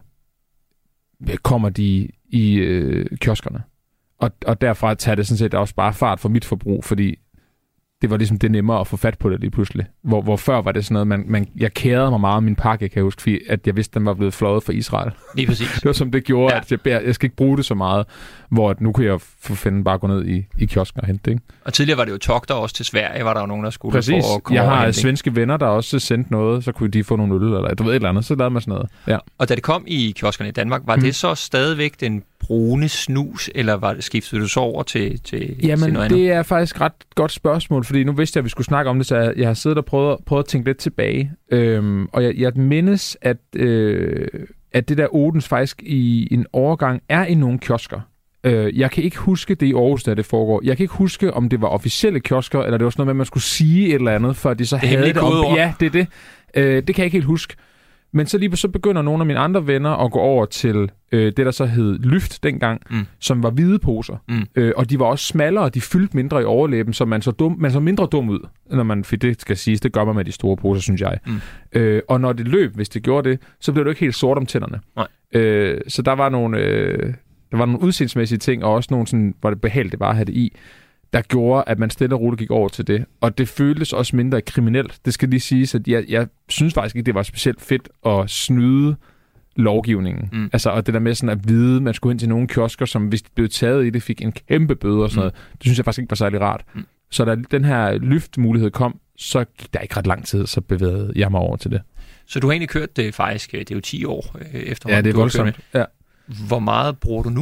kommer de i øh, kioskerne. Og, og derfra tager det sådan set også bare fart for mit forbrug, fordi det var ligesom det nemmere at få fat på det lige pludselig. Hvor, hvor før var det sådan noget, man, man, jeg kærede mig meget om min pakke, kan jeg huske, fordi at jeg vidste, at den var blevet fløjet fra Israel. Lige præcis. Det var som det gjorde, ja. at jeg, jeg skal ikke bruge det så meget, hvor at nu kunne jeg for fanden bare gå ned i, i kiosken og hente det. Ikke? Og tidligere var det jo togter også til Sverige, var der jo nogen, der skulle Præcis. for at komme jeg over har svenske venner, der også sendte noget, så kunne de få nogle øl, eller du ved et eller andet, så lavede man sådan noget. Ja. Og da det kom i kioskerne i Danmark, var hmm. det så stadigvæk den brune snus, eller var det skiftet du så over til, til, Jamen, til noget andet? Det er faktisk et ret godt spørgsmål, fordi nu vidste jeg, at vi skulle snakke om det, så jeg, jeg har siddet og prøvet, prøvet at tænke lidt tilbage. Øhm, og jeg, jeg mindes, at, øh, at det der Odens faktisk i en overgang er i nogle kiosker. Øh, jeg kan ikke huske det i Aarhus, da det foregår. Jeg kan ikke huske, om det var officielle kiosker, eller det var sådan noget med, at man skulle sige et eller andet, for de så det havde det om. Ja, det er det. Øh, det kan jeg ikke helt huske. Men så lige så begynder nogle af mine andre venner at gå over til øh, det, der så hed Lyft dengang, mm. som var hvide poser. Mm. Øh, og de var også smallere, de fyldte mindre i overlæben, så man så, dum, man så mindre dum ud, når man fik det, skal siges. Det gør man med de store poser, synes jeg. Mm. Øh, og når det løb, hvis det gjorde det, så blev det ikke helt sort om tænderne. Øh, så der var nogle, øh, der var nogle udseendsmæssige ting, og også nogle, sådan, hvor det behageligt det var at have det i, der gjorde, at man stille og roligt gik over til det. Og det føltes også mindre kriminelt. Det skal lige siges, at jeg, jeg synes faktisk ikke, det var specielt fedt at snyde lovgivningen. Mm. Altså, og det der med sådan at vide, man skulle ind til nogle kiosker, som hvis de blev taget i det, fik en kæmpe bøde og sådan mm. noget. Det synes jeg faktisk ikke var særlig rart. Mm. Så da den her lyftmulighed kom, så gik der ikke ret lang tid, så bevægede jeg mig over til det. Så du har egentlig kørt det faktisk, det er jo ti år efterhånden. Ja, det er voldsomt. Ja. Hvor meget bruger du nu?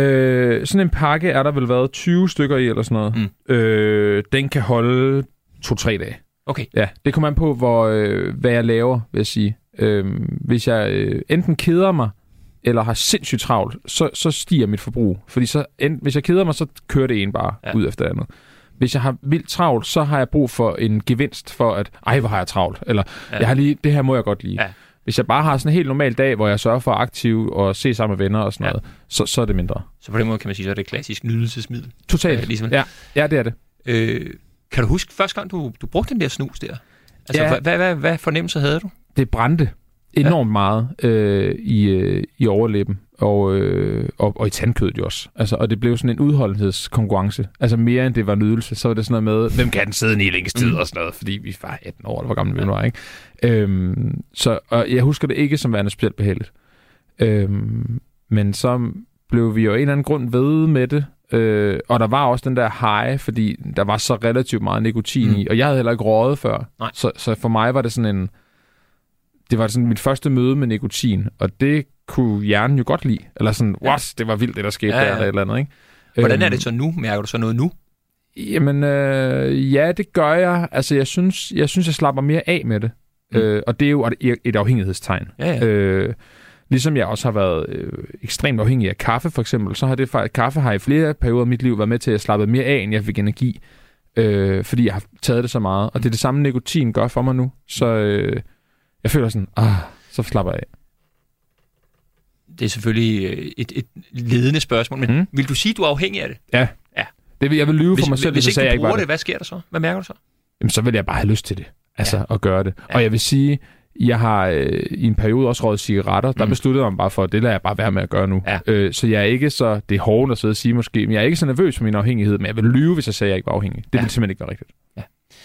Øh, sådan en pakke er der vel været tyve stykker i, eller sådan noget. Mm. Øh, den kan holde to-tre dage. Okay. Ja, det kommer an på, hvor, øh, hvad jeg laver, vil jeg sige. Øh, hvis jeg øh, enten keder mig, eller har sindssygt travlt, så, så stiger mit forbrug. Fordi så, ent, hvis jeg keder mig, så kører det en bare ja. ud efter andet. Hvis jeg har vildt travlt, så har jeg brug for en gevinst for, at ej, hvor har jeg travlt. Eller, ja. jeg har lige, det her må jeg godt lide. Ja. Hvis jeg bare har sådan en helt normal dag, hvor jeg sørger for at aktiv og se sammen med venner og sådan ja. noget, så, så er det mindre. Så på den måde kan man sige, at det er et klassisk nydelsesmiddel. Totalt. Øh, ligesom. ja. ja, det er det. Øh, kan du huske første gang, du, du brugte den der snus der? Altså, ja. hvad, hvad, hvad, hvad fornemmelse havde du? Det brændte enormt ja. meget øh, i, øh, i overlæben og, øh, og, og i tandkødet jo også. Altså, og det blev sådan en udholdenhedskonkurrence. Altså mere end det var nydelse, så var det sådan noget med, hvem kan den sidde i længst tid mm. og sådan noget, fordi vi var atten år, eller hvor gamle vi var, ikke? Øhm, så, og jeg husker det ikke som værende specielt behageligt. Øhm, men så blev vi jo af en eller anden grund ved med det, Øh, og der var også den der high, fordi der var så relativt meget nikotin mm. i, og jeg havde heller ikke røget før. Så, så for mig var det sådan en... Det var sådan mit første møde med nikotin, og det kunne hjernen jo godt lide. Eller sådan, ja. Was, det var vildt, det der skete ja, ja. der, eller et eller andet, ikke? Hvordan er det så nu? Mærker du så noget nu? Jamen, øh, ja, det gør jeg. Altså, jeg synes, jeg synes, jeg slapper mere af med det. Mm. Øh, og det er jo et afhængighedstegn. Ja, ja. Øh, ligesom jeg også har været øh, ekstremt afhængig af kaffe, for eksempel, så har det faktisk, kaffe har i flere perioder af mit liv været med til at slappe mere af, end jeg fik energi. Øh, fordi jeg har taget det så meget. Og det er det samme, nikotin gør for mig nu. Så øh, jeg føler sådan, ah, så slapper jeg af. Det er selvfølgelig et, et ledende spørgsmål, men mm. vil du sige, at du er afhængig af det? Ja. ja. Det vil, jeg vil lyve hvis, for mig selv, hvis, hvis ikke ikke du bruger det, det, hvad sker der så? Hvad mærker du så? Jamen, så vil jeg bare have lyst til det. Altså, ja. at gøre det. Ja. Og jeg vil sige, jeg har øh, i en periode også røget cigaretter. Der mm. besluttede jeg mig bare for, at det lader jeg bare være med at gøre nu. Ja. Øh, så jeg er ikke så, det er hårdt at sidde og sige måske, men jeg er ikke så nervøs for min afhængighed, men jeg vil lyve, hvis jeg sagde, at jeg ikke var afhængig. Det ja. vil simpelthen ikke være rigtigt. Ja.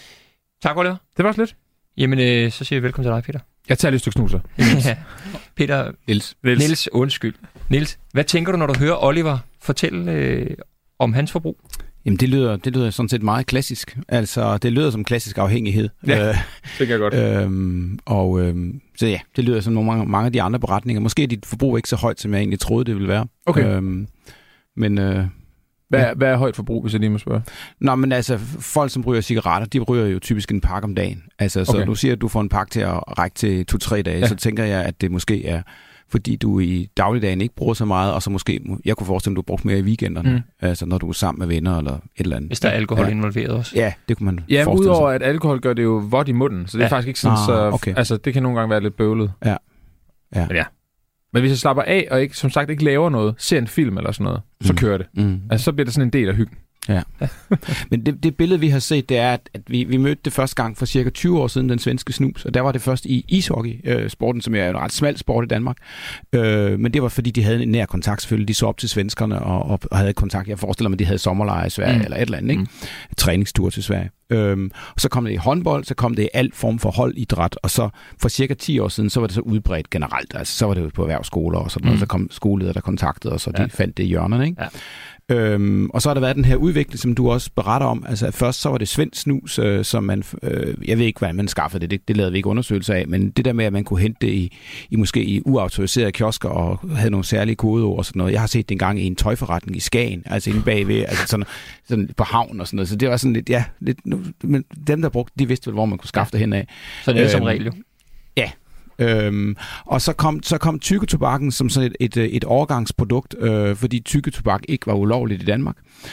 Tak, Oliver. Det var også lidt. Jamen, øh, så siger vi velkommen til dig, Peter. Jeg tager lidt stykke snuser. ja. Peter, Niels. Niels. Niels, undskyld. Niels, hvad tænker du, når du hører Oliver fortælle øh, om hans forbrug? Jamen, det lyder, det lyder sådan set meget klassisk. Altså, det lyder som klassisk afhængighed. Ja, øh, det kan jeg godt. Øhm, og øhm, så ja, det lyder som nogle, mange, mange af de andre beretninger. Måske er dit forbrug ikke så højt, som jeg egentlig troede, det ville være. Okay. Øhm, men... Øh, Hvad, ja. hvad er højt forbrug, hvis jeg lige må spørge? Nå, men altså, folk, som ryger cigaretter, de ryger jo typisk en pakke om dagen. Altså, så okay. du siger, at du får en pakke til at række til to-tre dage, ja. Så tænker jeg, at det måske er, fordi du i dagligdagen ikke bruger så meget, og så måske, jeg kunne forestille mig, at du bruger mere i weekenderne, mm. altså når du er sammen med venner eller et eller andet. Hvis der er alkohol ja. involveret også. Ja, det kunne man ja, forestille udover sig. at alkohol gør det jo vådt i munden, så det ja. er faktisk ikke sådan, ah, så... Okay. Altså, det kan nogle gange være lidt bøvlet. Ja. ja. Men ja. Men hvis jeg slapper af, og ikke, som sagt ikke laver noget, ser en film eller sådan noget, så mm. kører det. Mm. Altså, så bliver det sådan en del af hyggen. Ja. Men det, det billede, vi har set, det er, at, at vi, vi mødte det første gang for cirka tyve år siden, den svenske snus, og der var det først i ishockey-sporten, øh, som er en ret smal sport i Danmark. Øh, men det var, fordi de havde en nær kontakt, selvfølgelig. De så op til svenskerne og, og, og havde kontakt. Jeg forestiller mig, at de havde sommerlejre i Sverige, mm. eller et eller andet, ikke? Mm. Træningstur til Sverige. Øhm, og så kom det i håndbold, så kom det i alt form for holdidræt, og så for cirka ti år siden, så var det så udbredt generelt. Altså, så var det jo på erhvervsskoler og sådan noget, mm. så kom skoleledere, der kontaktede os, og de ja. fandt det i hjørnerne, ikke? Ja. Øhm, og så har der været den her udvikling, som du også beretter om. Altså først så var det svensk snus, øh, som man, øh, jeg ved ikke, hvordan man skaffede det, det, det lavede vi ikke undersøgelser af, men det der med, at man kunne hente det i, i måske i uautoriserede kiosker og havde nogle særlige kodeord og sådan noget. Jeg har set det engang i en tøjforretning i Skagen, altså inde bagved, altså sådan, sådan på havn og sådan noget. Så det var sådan lidt, ja, lidt, nu, men dem der brugte, de vidste vel, hvor man kunne skaffe det hen af. Så det er øhm, som regel jo. Ja. Øhm, og så kom, så kom tyggetobakken som sådan et, et, et overgangsprodukt, øh, fordi tyggetobak ikke var ulovligt i Danmark.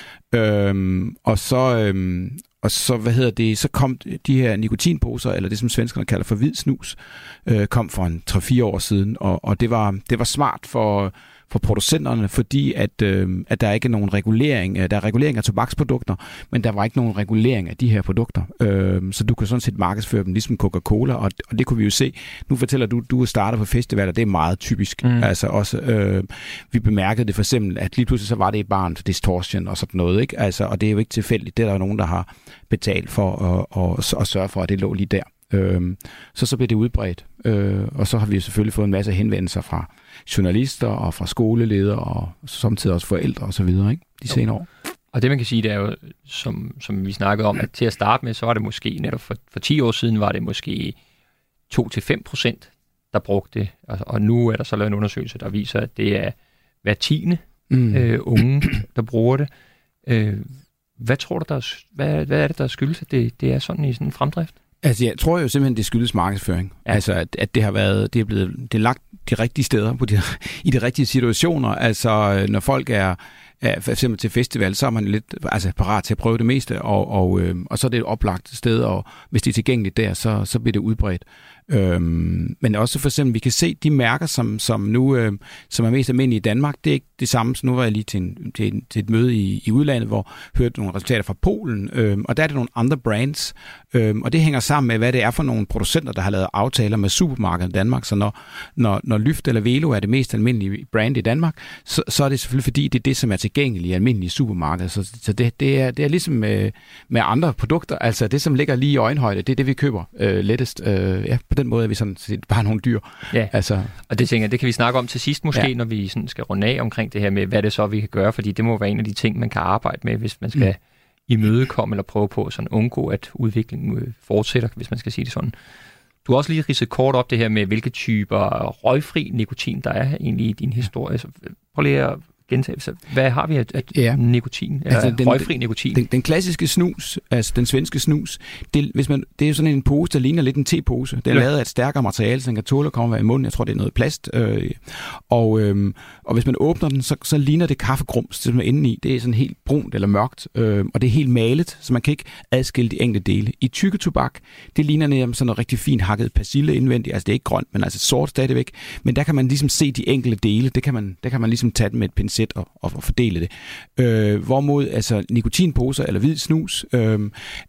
Øhm, og så... Øhm, Og så, hvad hedder det, så kom de her nikotinposer, eller det som svenskerne kalder for hvid snus, øh, kom for en tre-fire år siden, og, og det, var, det var smart for, for producenterne, fordi at, øh, at der ikke er nogen regulering. Der er regulering af tobaksprodukter, men der var ikke nogen regulering af de her produkter. Øh, så du kan sådan set markedsføre dem ligesom Coca-Cola, og, og det kunne vi jo se. Nu fortæller du, du starter på festivaler, det er meget typisk. Mm. Altså også, øh, vi bemærkede det for eksempel, at lige pludselig så var det i baren for distortion og sådan noget, ikke? Altså, og det er jo ikke tilfældigt. Det er der jo nogen, der har betalt for at, at, at sørge for, at det lå lige der. Øhm, så så blev det udbredt. Øh, og så har vi selvfølgelig fået en masse henvendelser fra journalister og fra skoleledere og samtidig også forældre og så videre, ikke? De senere år. Og det man kan sige, det er jo, som, som vi snakkede om, at til at starte med, så var det måske, netop for, for ti år siden, var det måske to til fem procent, der brugte det. Og, og nu er der så lavet en undersøgelse, der viser, at det er hver tiende mm. øh, unge, der bruger det. Øh, hvad tror du, der er, hvad, hvad er det, der skyldes, at det, det er sådan i sådan en fremdrift? Altså, jeg tror jo simpelthen, det skyldes markedsføring. Ja. Altså, at, at det har været, det er blevet, det er lagt de rigtige steder, på de, i de rigtige situationer. Altså, når folk er, er for eksempel til festival, så er man lidt altså, parat til at prøve det meste, og, og, øh, og så er det et oplagt sted, og hvis det er tilgængeligt der, så, så bliver det udbredt. Øhm, men også for eksempel, vi kan se de mærker, som, som nu øh, som er mest almindelige i Danmark, det er ikke det samme. Så nu var jeg lige til, en, til, en, til et møde i, i udlandet, hvor jeg hørte nogle resultater fra Polen, øh, og der er det nogle andre brands, øh, og det hænger sammen med, hvad det er for nogle producenter, der har lavet aftaler med supermarkedet i Danmark. Så når, når, når Lyft eller Velo er det mest almindelige brand i Danmark, så, så er det selvfølgelig fordi, det er det, som er tilgængelig i almindelige supermarkeder. Så, så det, det, er, det er ligesom med, med andre produkter. Altså det, som ligger lige i øjenhøjde, det er det, vi køber øh, lettest. Øh, ja, på den måde er vi sådan set bare nogle dyr. Ja, altså, og det tænker jeg, det kan vi snakke om til sidst måske, ja. Når vi sådan skal runde af omkring det her med, hvad det så vi kan gøre, fordi det må være en af de ting, man kan arbejde med, hvis man skal mm. imødekomme eller prøve på sådan undgå, at udviklingen fortsætter, hvis man skal sige det sådan. Du har også lige ridset kort op det her med, hvilke typer røgfri nikotin, der er egentlig i din historie. Så prøv lige at gentage. Hvad har vi af ja. nikotin? Altså den, røgfri nikotin? Den, den klassiske snus, altså den svenske snus, det, hvis man, det er sådan en pose, der ligner lidt en tepose. Den er ja. lavet af et stærkere materiale, så den kan tåle at komme i munden. Jeg tror, det er noget plast. Øh, og, øh, og hvis man åbner den, så, så ligner det kaffegrums, som er inde i. Det er sådan helt brunt eller mørkt, øh, og det er helt malet, så man kan ikke adskille de enkelte dele. I tykketobak, det ligner nemlig sådan noget rigtig fint hakket persille indvendigt. Altså det er ikke grønt, men altså sort stadigvæk. Men der kan man ligesom se de enkelte dele. Det kan man, der kan man ligesom tage den med et pincet og, og, og fordele det. Øh, hvorimod altså nikotinposer eller hvid snus øh,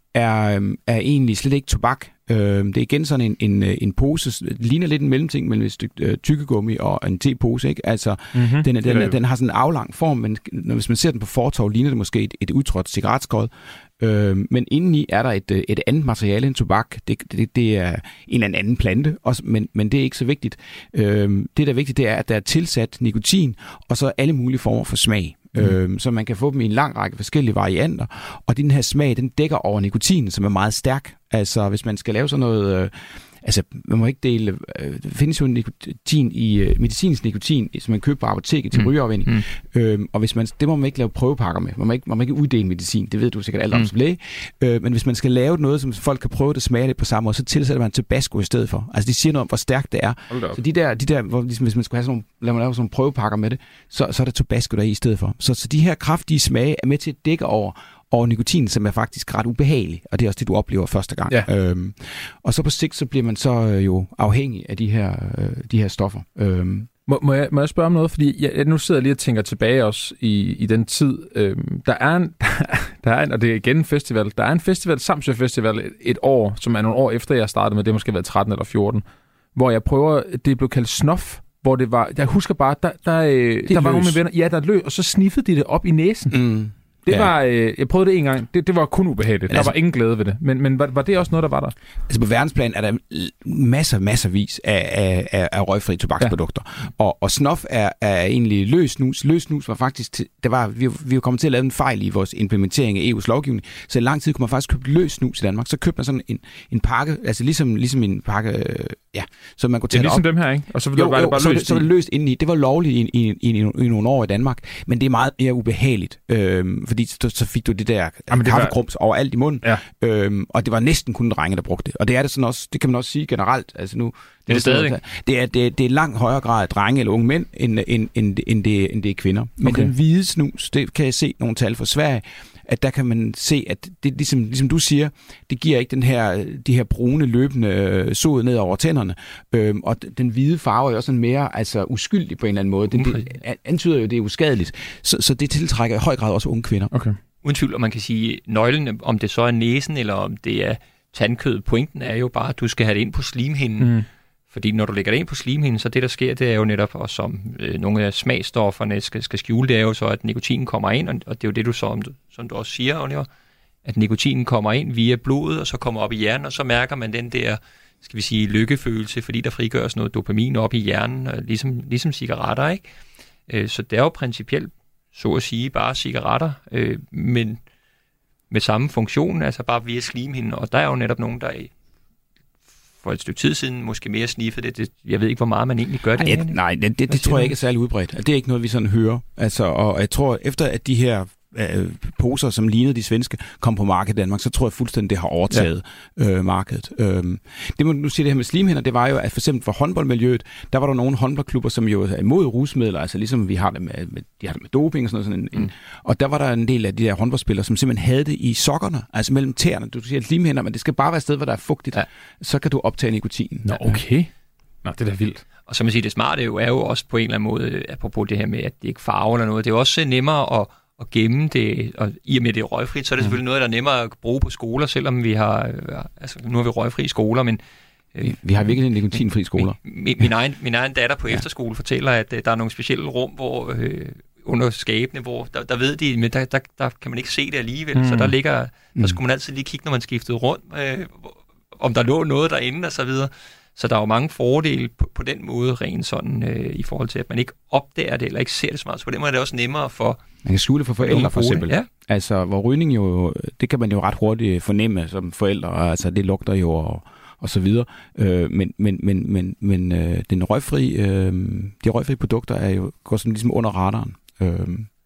er, er egentlig slet ikke tobak. Øh, det er igen sådan en, en, en pose, det ligner lidt en mellemting mellem et stykke øh, tykkegummi og en tepose, ikke? Altså, mm-hmm. den, den, den, den har sådan en aflang form, men når, hvis man ser den på fortov, ligner det måske et, et udtrådt cigaretskod. Øh, men indeni er der et, et andet materiale end tobak. Det, det, det er en eller anden plante, også, men, men det er ikke så vigtigt. Øh, det, der er vigtigt, det er, at der er tilsat nikotin, og så alle mulige former for smag. Mm. Øh, så man kan få dem i en lang række forskellige varianter, og den her smag, den dækker over nikotinen, som er meget stærk. Altså, hvis man skal lave sådan noget... Øh, Altså, man må ikke dele... Øh, der findes jo nikotin i... Øh, medicinsk nikotin, som man køber på apoteket til mm. rygeafvinding. Mm. Øh, og hvis man... Det må man ikke lave prøvepakker med. Man må ikke, man må ikke uddele medicin. Det ved du sikkert alt om mm. som læge. Øh, men hvis man skal lave noget, som folk kan prøve, det smager det på samme måde, så tilsætter man tabasco i stedet for. Altså, de siger noget om, hvor stærkt det er. Så de der... De der hvor, ligesom, hvis man skulle have sådan nogle... Lad mig lave sådan nogle prøvepakker med det, så, så er der tabasco der i stedet for. Så, så de her kraftige smage er med til at dække over og nikotin, som er faktisk ret ubehagelig, og det er også det, du oplever første gang. Ja. Øhm, og så på sigt, så bliver man så øh, jo afhængig af de her, øh, de her stoffer. Øhm. Må, må, jeg, må jeg spørge om noget? Fordi jeg, jeg nu sidder jeg lige og tænker tilbage også i, i den tid. Øhm, der, er en, der er en, og det er igen en festival, der er en festival, Samsø Festival, et, et år, som er nogle år efter, jeg startede med, det måske været tretten eller fjorten, hvor jeg prøver, det blev kaldt snof, hvor det var, jeg husker bare, der, der, der, der var nogle med venner, ja, der løb, og så sniffede de det op i næsen. Mm. Det ja. var, øh, jeg prøvede det en gang. Det, det var kun ubehageligt. Der altså, var ingen glæde ved det. Men, men var, var det også noget, der var der? Altså på verdensplan er der masser, masservis af, af, af røgfri tobaksprodukter. Ja. Og, og snof er, er egentlig løs snus. Løs snus var faktisk... Til, det var, vi, vi var kommet til at lave en fejl i vores implementering af E U's lovgivning. Så i lang tid kunne man faktisk købe løs snus i Danmark. Så købte man sådan en, en pakke, altså ligesom, ligesom en pakke... Øh, ja, så man kunne tage det er ligesom op. dem her, ikke? Og så ville jo, det bare løst så, så var det løst indeni. Det var lovligt i, i, i, i, i nogle år i Danmark. Men det er meget mere ubehageligt. Øh, fordi så, så fik du det der Jamen, det kaffegrums var... overalt i munden, ja. øhm, og det var næsten kun drenge, der brugte det. Og det er det sådan også, det kan man også sige generelt. Altså nu, det, det, er stadig. Noget, det er det, det er langt højere grad af drenge eller unge mænd end end end, end det end det er kvinder. Men okay. Den hvide snus, det kan jeg se nogle tal fra Sverige, at der kan man se, at det ligesom, ligesom du siger, det giver ikke den her, de her brune løbende øh, sod ned over tænderne. Øhm, og den hvide farve er også sådan mere altså, uskyldig på en eller anden måde. Det, det antyder jo, det er uskadeligt. Så, så det tiltrækker i høj grad også unge kvinder. Okay. Uden tvivl, om man kan sige, nøglen, om det så er næsen, eller om det er tandkød, pointen er jo bare, at du skal have det ind på slimhinden. Mm. Fordi når du lægger det ind på slimhinden, så det, der sker, det er jo netop, og som øh, nogle af smagstofferne skal, skal skjule, det er jo så, at nikotinen kommer ind, og, og det er jo det, du så, som du også siger, Oliver, at nikotinen kommer ind via blodet, og så kommer op i hjernen, og så mærker man den der, skal vi sige, lykkefølelse, fordi der frigøres noget dopamin op i hjernen, ligesom, ligesom cigaretter, ikke? Øh, så det er jo principielt, så at sige, bare cigaretter, øh, men med samme funktion, altså bare via slimhinden, og der er jo netop nogen, der for et stykke tid siden måske mere sniffet det. det. Jeg ved ikke, hvor meget man egentlig gør det. Ej, jeg, nej, det, det, det tror jeg ikke er særlig udbredt. Det er ikke noget, vi sådan hører. Altså, og jeg tror, efter at de her øh, poser, som lignede de svenske, kom på markedet i Danmark, så tror jeg fuldstændig, det har overtaget ja. øh, markedet. Øhm, det må nu sige det her med slimhinder, det var jo, at for eksempel for håndboldmiljøet, der var der nogle håndboldklubber, som jo er imod rusmidler, altså ligesom vi har det med, med, de har det med doping og sådan noget. Sådan en, mm. en, og der var der en del af de der håndboldspillere, som simpelthen havde det i sokkerne, altså mellem tæerne. Du siger slimhinder, men det skal bare være et sted, hvor der er fugtigt. Ja. Så kan du optage nikotin. Nå, okay. Nå, det er da vildt. Og så man siger, det smarte jo er jo også på en eller anden måde, apropos det her med, at det ikke farver eller noget, det er jo også nemmere at at gemme det, og i og med det er røgfrit, så er det selvfølgelig noget, der er nemmere at bruge på skoler, selvom vi har, altså nu har vi røgfri skoler, men vi, vi har virkelig en nikotinfri skoler. Min, min, egen, min egen datter på ja. efterskole fortæller, at uh, der er nogle specielle rum, hvor uh, under skabene, hvor der, der ved de, men der, der, der kan man ikke se det alligevel. Mm. Så der ligger, der skulle man altid lige kigge, når man skiftede rundt, øh, om der lå noget derinde og så videre. Så der er jo mange fordele på, på den måde, rent sådan, øh, i forhold til, at man ikke opdager det, eller ikke ser det så meget. Så på den måde er det også nemmere for... Man kan skjule for forældre, for eksempel. Ja. Altså, hvor rygning jo, det kan man jo ret hurtigt fornemme som forældre, altså det lugter jo og, og så videre. Øh, men men, men, men, men øh, den røgfri, øh, de røgfri produkter er jo, går sådan ligesom under radaren. Øh,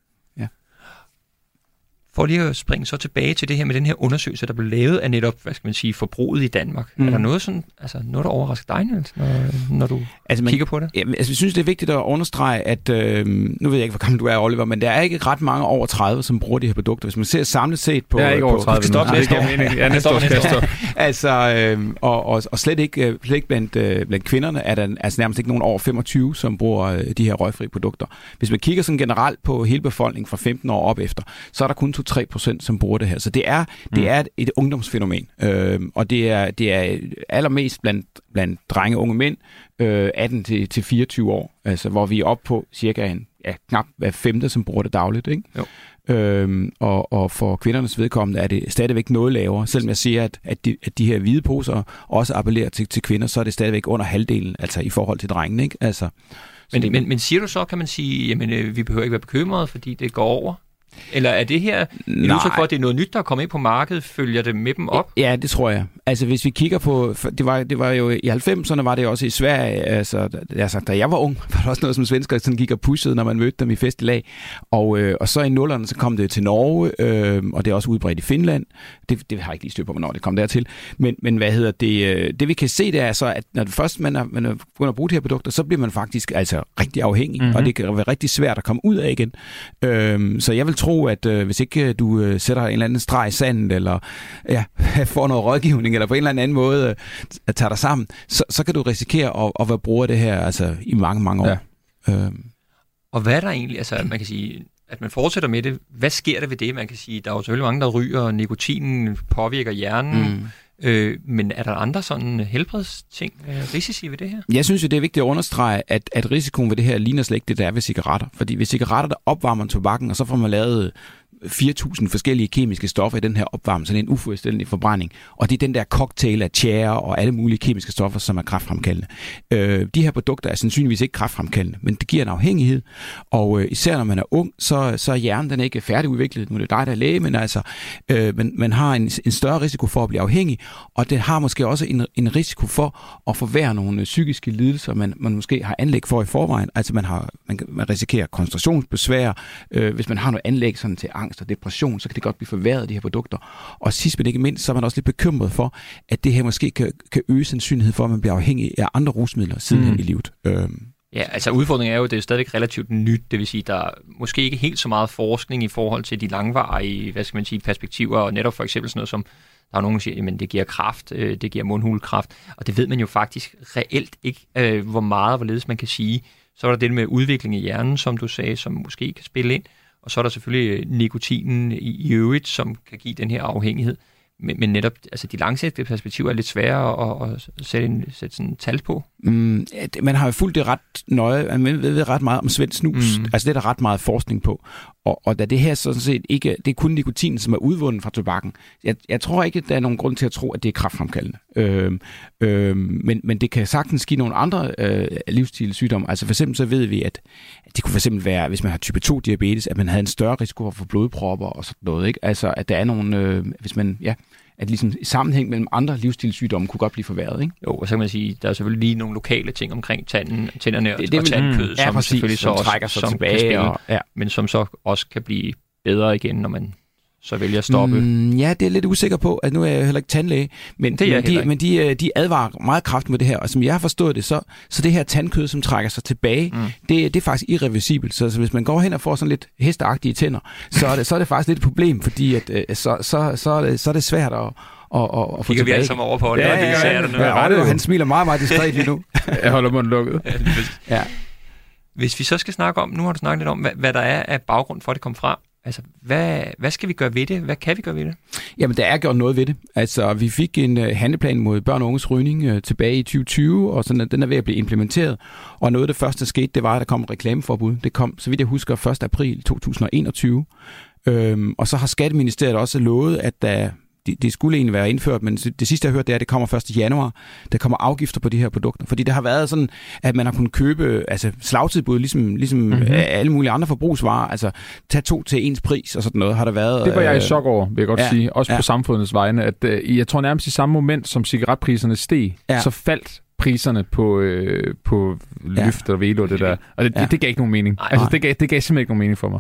For lige at springe så tilbage til det her med den her undersøgelse, der blev lavet af netop, hvad skal man sige, forbruget i Danmark. Mm. Er der noget, sådan, altså noget, der overrasker dig, Niels, når, når du altså, man, kigger på det? Ja, altså, jeg synes, det er vigtigt at understrege, at øh, nu ved jeg ikke, hvor gammel du er, Oliver, men der er ikke ret mange over tredive, som bruger de her produkter. Hvis man ser samlet set på... Jeg er ikke over tredive. Stop næste år. Ja, næste år skal jeg Altså, øh, og, og, og slet ikke, slet ikke blandt, øh, blandt kvinderne er der altså nærmest ikke nogen over femogtyve, som bruger øh, de her røgfri produkter. Hvis man kigger sådan generelt på hele befolkningen fra femten år op efter, så er der kun to til tre procent, som bruger det her. Så det er, det mm. er et, et ungdomsfænomen. Øh, og det er, det er allermest blandt, blandt drenge og unge mænd, øh, atten til fireogtyve år, altså hvor vi er oppe på cirka en, ja, knap hver femte, som bruger det dagligt. Ikke? Jo. Øhm, og, og for kvindernes vedkommende er det stadigvæk noget lavere. Selvom jeg siger, at, at, de, at de her hvide poser også appellerer til, til kvinder, så er det stadigvæk under halvdelen, altså i forhold til drengene. Ikke? Altså, men, det, men, men siger du så, kan man sige, jamen øh, vi behøver ikke være bekymrede, fordi det går over? Eller er det her en udtryk for, at det er noget nyt, der er kommet ind på markedet? Følger det med dem op? Ja, det tror jeg. Altså, hvis vi kigger på... Det var, det var jo i halvfemserne, var det også i Sverige. Altså, altså, da jeg var ung, var der også noget, som svensker sådan gik og pushede, når man mødte dem i festival. Og, øh, og så i nullerne, så kom det til Norge, øh, og det er også udbredt i Finland. Det, det har jeg ikke lige styr på, hvornår det kom dertil. Men, men hvad hedder det? Det vi kan se, det er så, at når det først man er, man er begyndt at bruge de her produkter, så bliver man faktisk altså rigtig afhængig, mm-hmm. og det kan være rigtig svært at komme ud af igen. Øh, så jeg vil tro, at øh, hvis ikke du øh, sætter en eller anden streg i sandet, eller ja, får noget rådgivning, eller på en eller anden måde øh, at tage dig sammen, så, så kan du risikere at, at være bruger det her altså, i mange, mange år. Ja. Øhm. Og hvad er der egentlig, altså man kan sige, at man fortsætter med det, hvad sker der ved det? Man kan sige, der er jo selvfølgelig mange, der ryger, og nikotinen påvirker hjernen, mm. Øh, men er der andre sådan helbredsting, øh, risici ved det her? Jeg synes jo, det er vigtigt at understrege, at, at risikoen ved det her ligner slet ikke det, der er ved cigaretter. Fordi ved cigaretter, der opvarmer tobakken, og så får man lavet fire tusind forskellige kemiske stoffer i den her opvarmning, sådan en uforståelig forbrænding. Og det er den der cocktail af tjære og alle mulige kemiske stoffer, som er kræftfremkaldende. Øh, de her produkter er sandsynligvis ikke kræftfremkaldende, men det giver en afhængighed. Og øh, især når man er ung, så, så er hjernen den ikke færdigudviklet. Nu er det dig, der er læge, men altså, øh, man, man har en, en større risiko for at blive afhængig, og det har måske også en, en risiko for at forværre nogle psykiske lidelser, man, man måske har anlæg for i forvejen. Altså man, har, man, man risikerer koncentrationsbesvær, øh, hvis man har noget anlæg sådan til angst og depression, så kan det godt blive forværret, de her produkter. Og sidst men ikke mindst, så er man også lidt bekymret for, at det her måske kan, kan øge sandsynlighed for, at man bliver afhængig af andre rusmidler sidenhen mm. i livet. Øhm. Ja, altså udfordringen er jo, at det er stadigvæk relativt nyt, det vil sige, der er måske ikke helt så meget forskning i forhold til de langvarige, hvad skal man sige, perspektiver, og netop for eksempel sådan noget som, der er nogen, der siger, at det giver kræft, det giver mundhulekræft, og det ved man jo faktisk reelt ikke, hvor meget og hvorledes man kan sige. Så er der det med udvikling i hjernen, som du sagde, som måske kan spille ind. Og så er der selvfølgelig nikotinen i øvrigt, som kan give den her afhængighed. Men, men netop altså de langsigtede perspektiver er lidt svære at, at sætte, en, sætte sådan en tal på. Mm, man har jo fulgt det ret nøje. Man ved ret meget om svensk snus. Mm. Altså det er der ret meget forskning på. Og, og da det her sådan set ikke, det er kun nikotinen, som er udvundet fra tobakken. Jeg, jeg tror ikke, der er nogen grund til at tro, at det er kræftfremkaldende. Øhm, øhm, men, men det kan sagtens give nogle andre øh, livsstilssygdomme. Altså for eksempel så ved vi, at, at det kunne for eksempel være, hvis man har type to diabetes, at man havde en større risiko for at få blodpropper og sådan noget. Ikke? Altså at der er nogle, øh, hvis man, ja, at ligesom sammenhæng mellem andre livsstilssygdomme kunne godt blive forværret, ikke? Jo, og så kan man sige, der er selvfølgelig lige nogle lokale ting omkring tanden, tænderne det, det, og tandkødet, mm, som ja, præcis, selvfølgelig så som også trækker sig som tilbage, spille, og, ja. men som så også kan blive bedre igen, når man så vælger at stoppe. Mm, ja, det er jeg lidt usikker på, at nu er jeg heller ikke tandlæge, men, det er men, de, men de, de advarer meget kraftigt med det her, og som jeg har forstået det, så, så det her tandkød, som trækker sig tilbage, mm. det, det er faktisk irreversibelt, så, så hvis man går hen og får sådan lidt hesteagtige tænder, så er det, så er det faktisk lidt et problem, fordi at, så, så, så, er det, så er det svært at Og, og, og få tilbage. Vi alle sammen over på det, ja, ja, ja, ja, ja, ja, ja, han smiler meget, meget diskret lige nu. Jeg holder munden lukket. Ja. Hvis vi så skal snakke om, nu har du snakket lidt om, hvad, hvad der er af baggrund for, at det kom frem. Altså, hvad, hvad skal vi gøre ved det? Hvad kan vi gøre ved det? Jamen, der er gjort noget ved det. Altså, vi fik en uh, handleplan mod børn og unges rygning uh, tilbage i tyve tyve, og sådan, den er ved at blive implementeret. Og noget af det første, der skete, det var, at der kom et reklameforbud. Det kom, så vidt jeg husker, første april to tusind og enogtyve. Øhm, og så har Skatteministeriet også lovet, at der Det, det skulle egentlig være indført, men det sidste, jeg hørte, det er, at det kommer første januar. Der kommer afgifter på de her produkter. Fordi det har været sådan, at man har kunnet købe altså slagtilbud, ligesom, ligesom mm-hmm. alle mulige andre forbrugsvarer. Altså, tage to til ens pris og sådan noget, har der været. Det var jeg i chok over, vil jeg godt ja, sige. Også ja. på samfundets vegne. At, uh, jeg tror nærmest i samme moment, som cigaretpriserne steg, ja. så faldt priserne på, øh, på ja. Lyft og Velo og det der. Og det, ja. det, det gav ikke nogen mening. Nej, altså, det gav, det gav simpelthen ikke nogen mening for mig.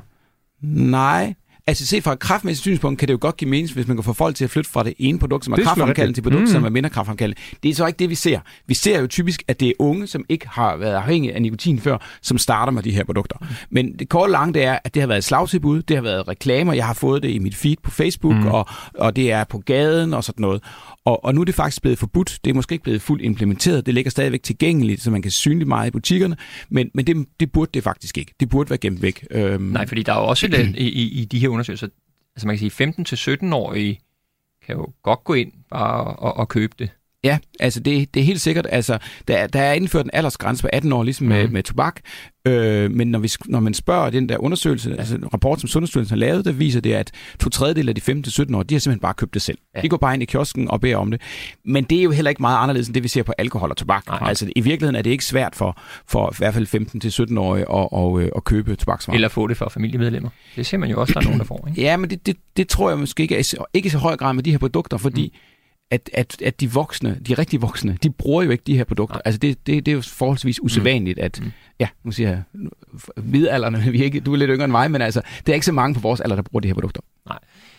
Nej. Altså set fra et kraftmæssigt synspunkt kan det jo godt give mening, hvis man kan få folk til at flytte fra det ene produkt, som er kraftfremkaldende, til et produkt, mm. som er mindre kraftfremkaldende. Det er så ikke det, vi ser. Vi ser jo typisk, at det er unge, som ikke har været afhængige af nikotin før, som starter med de her produkter. Mm. Men det korte lange, det er, at det har været slagtilbud, det har været reklamer, jeg har fået det i mit feed på Facebook, mm. og, og det er på gaden og sådan noget. Og, og nu er det faktisk blevet forbudt. Det er måske ikke blevet fuldt implementeret. Det ligger stadigvæk tilgængeligt, så man kan synligt meget i butikkerne. Men, men det, det burde det faktisk ikke. Det burde være gemt væk. Øhm. Nej, fordi der er jo også i, i, i de her undersøgelser, altså man kan sige, femten til sytten-årige kan jo godt gå ind bare og, og købe det. Ja, altså det, det er helt sikkert. Altså, der, der er indført en aldersgrænse på atten år, ligesom med, mm. med tobak. Øh, men når, vi, når man spørger den der undersøgelse, ja. altså en rapport, som Sundhedsstyrelsen har lavet, der viser det, at to tredjedel af de femten til sytten år, de har simpelthen bare købt det selv. Ja. De går bare ind i kiosken og beder om det. Men det er jo heller ikke meget anderledes end det, vi ser på alkohol og tobak. Nej. Altså i virkeligheden er det ikke svært for, for i hvert fald femten til sytten-årige at, at, at købe tobaksvarer. Eller få det for familiemedlemmer. Det ser man jo også, der er nogen, der får. Ikke? Ja, men det, det, det tror jeg måske ikke er ikke i så høj grad med de her produkter, fordi mm. At, at, at de voksne, de rigtig voksne, de bruger jo ikke de her produkter. Nej. Altså det, det, det er jo forholdsvis usædvanligt, at, mm. ja, nu siger jeg, midaldrende, vi er ikke, du er lidt yngre end mig, men altså, det er ikke så mange på vores alder, der bruger de her produkter. Nej.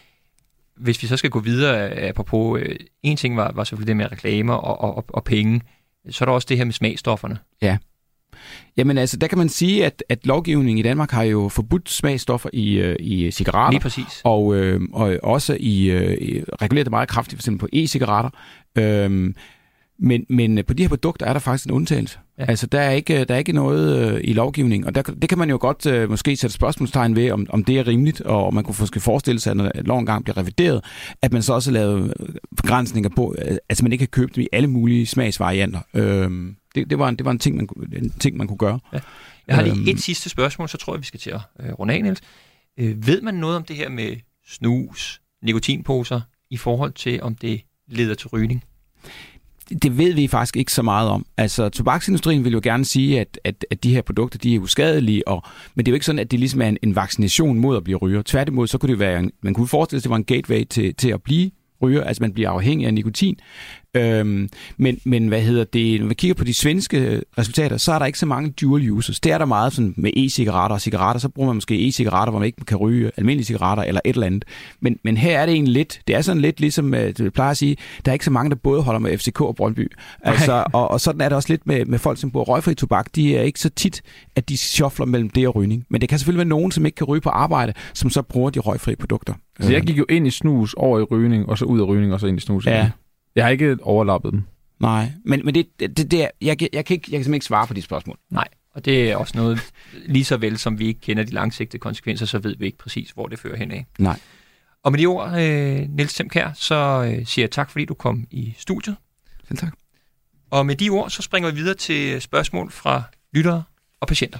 Hvis vi så skal gå videre, apropos, øh, en ting var, var selvfølgelig det med reklamer og, og, og penge, så er der også det her med smagstofferne. Ja. Jamen altså, der kan man sige, at, at lovgivningen i Danmark har jo forbudt smagstoffer i, øh, i cigaretter. Lige præcis. Og, øh, og også i, øh, reguleret det meget kraftigt, for eksempel på e-cigaretter. Øh, men, men på de her produkter er der faktisk en undtagelse. Ja. Altså, der er ikke, der er ikke noget øh, i lovgivningen, og der, det kan man jo godt øh, måske sætte spørgsmålstegn ved, om, om det er rimeligt, og man kunne måske forestille sig, at når loven engang bliver revideret, at man så også laver begrænsninger på, øh, altså man ikke kan købe dem i alle mulige smagsvarianter. Øh, det, det, var en, det var en ting, man, en ting, man kunne gøre. Ja. Jeg har lige øhm, et sidste spørgsmål, så tror jeg, vi skal til at øh, runde af, Niels. Øh, ved man noget om det her med snus, nikotinposer, i forhold til, om det leder til rygning? Det ved vi faktisk ikke så meget om. Altså, tobaksindustrien vil jo gerne sige, at, at, at de her produkter, de er uskadelige, og, men det er jo ikke sådan, at det ligesom er en, en vaccination mod at blive ryger. Tværtimod, så kunne det være, en, man kunne forestille sig, at det var en gateway til, til at blive ryger, altså man bliver afhængig af nikotin. Øhm, men, men hvad hedder det, når vi kigger på de svenske resultater, så er der ikke så mange dual users. Det er der meget sådan med e-cigaretter og cigaretter, så bruger man måske e-cigaretter, hvor man ikke kan ryge almindelige cigaretter eller et eller andet. Men, men her er det egentlig lidt, det er sådan lidt ligesom, det plejer at sige, der er ikke så mange, der både holder med F C K og Brøndby. Altså, og, og sådan er det også lidt med, med folk, som bruger røgfri tobak. De er ikke så tit, at de shuffler mellem det og rygning. Men det kan selvfølgelig være nogen, som ikke kan ryge på arbejde, som så bruger de røgfri produkter. Så jeg gik jo ind i snus, over i rygning, og så ud af rygning, og så ind i snus. Ja. Jeg har ikke overlappet dem. Nej, men, men det, det, det er, jeg, jeg, kan ikke, jeg kan simpelthen ikke svare på de spørgsmål. Nej, og det er også noget, lige så vel som vi ikke kender de langsigtede konsekvenser, så ved vi ikke præcis, hvor det fører hen af. Nej. Og med de ord, øh, Niels Themkjær, så øh, siger jeg tak, fordi du kom i studiet. Selv tak. Og med de ord, så springer vi videre til spørgsmål fra lyttere og patienter.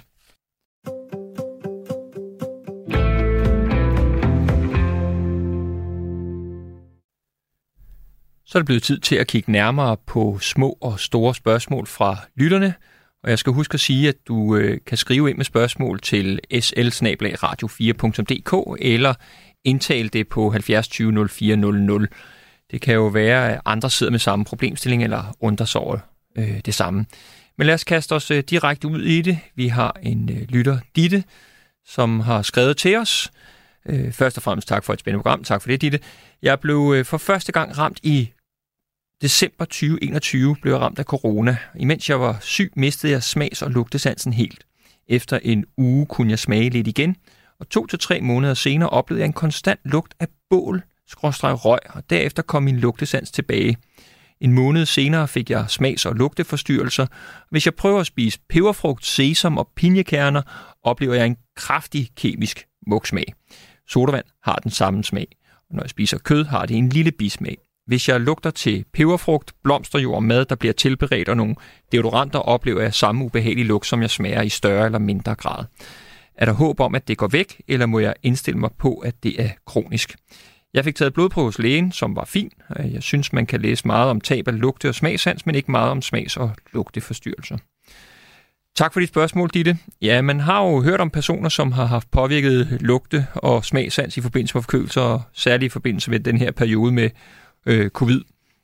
Så er det blevet tid til at kigge nærmere på små og store spørgsmål fra lytterne. Og jeg skal huske at sige, at du øh, kan skrive ind med spørgsmål til s l bindestreg radio fire punktum d k eller indtale det på halvfjerds tyve nul fire nul nul. Det kan jo være, at andre sidder med samme problemstilling eller undrer sig over øh, det samme. Men lad os kaste os øh, direkte ud i det. Vi har en øh, lytter, Ditte, som har skrevet til os. Øh, først og fremmest tak for et spændende program. Tak for det, Ditte. Jeg blev øh, for første gang ramt i december tyve enogtyve, blev jeg ramt af corona. Imens jeg var syg, mistede jeg smags- og lugtesansen helt. Efter en uge kunne jeg smage lidt igen, og to til tre måneder senere oplevede jeg en konstant lugt af bål, skråstreg røg, og derefter kom min lugtesans tilbage. En måned senere fik jeg smags- og lugteforstyrrelser. Hvis jeg prøver at spise peberfrugt, sesam og pinjekerner, oplever jeg en kraftig kemisk mugsmag. Sodavand har den samme smag. Og når jeg spiser kød, har det en lille bismag. Hvis jeg lugter til peberfrugt, blomsterjord og mad, der bliver tilberedt, og nogle deodoranter, oplever jeg samme ubehagelige lugt, som jeg smager i større eller mindre grad. Er der håb om, at det går væk, eller må jeg indstille mig på, at det er kronisk? Jeg fik taget blodprøve hos lægen, som var fin. Jeg synes, man kan læse meget om tab af lugte- og smagssans, men ikke meget om smags- og lugteforstyrrelser. Tak for dit spørgsmål, Ditte. Ja, man har jo hørt om personer, som har haft påvirket lugte- og smagssans i forbindelse med forkølelser, og særligt i forbindelse med den her periode med øh, covid.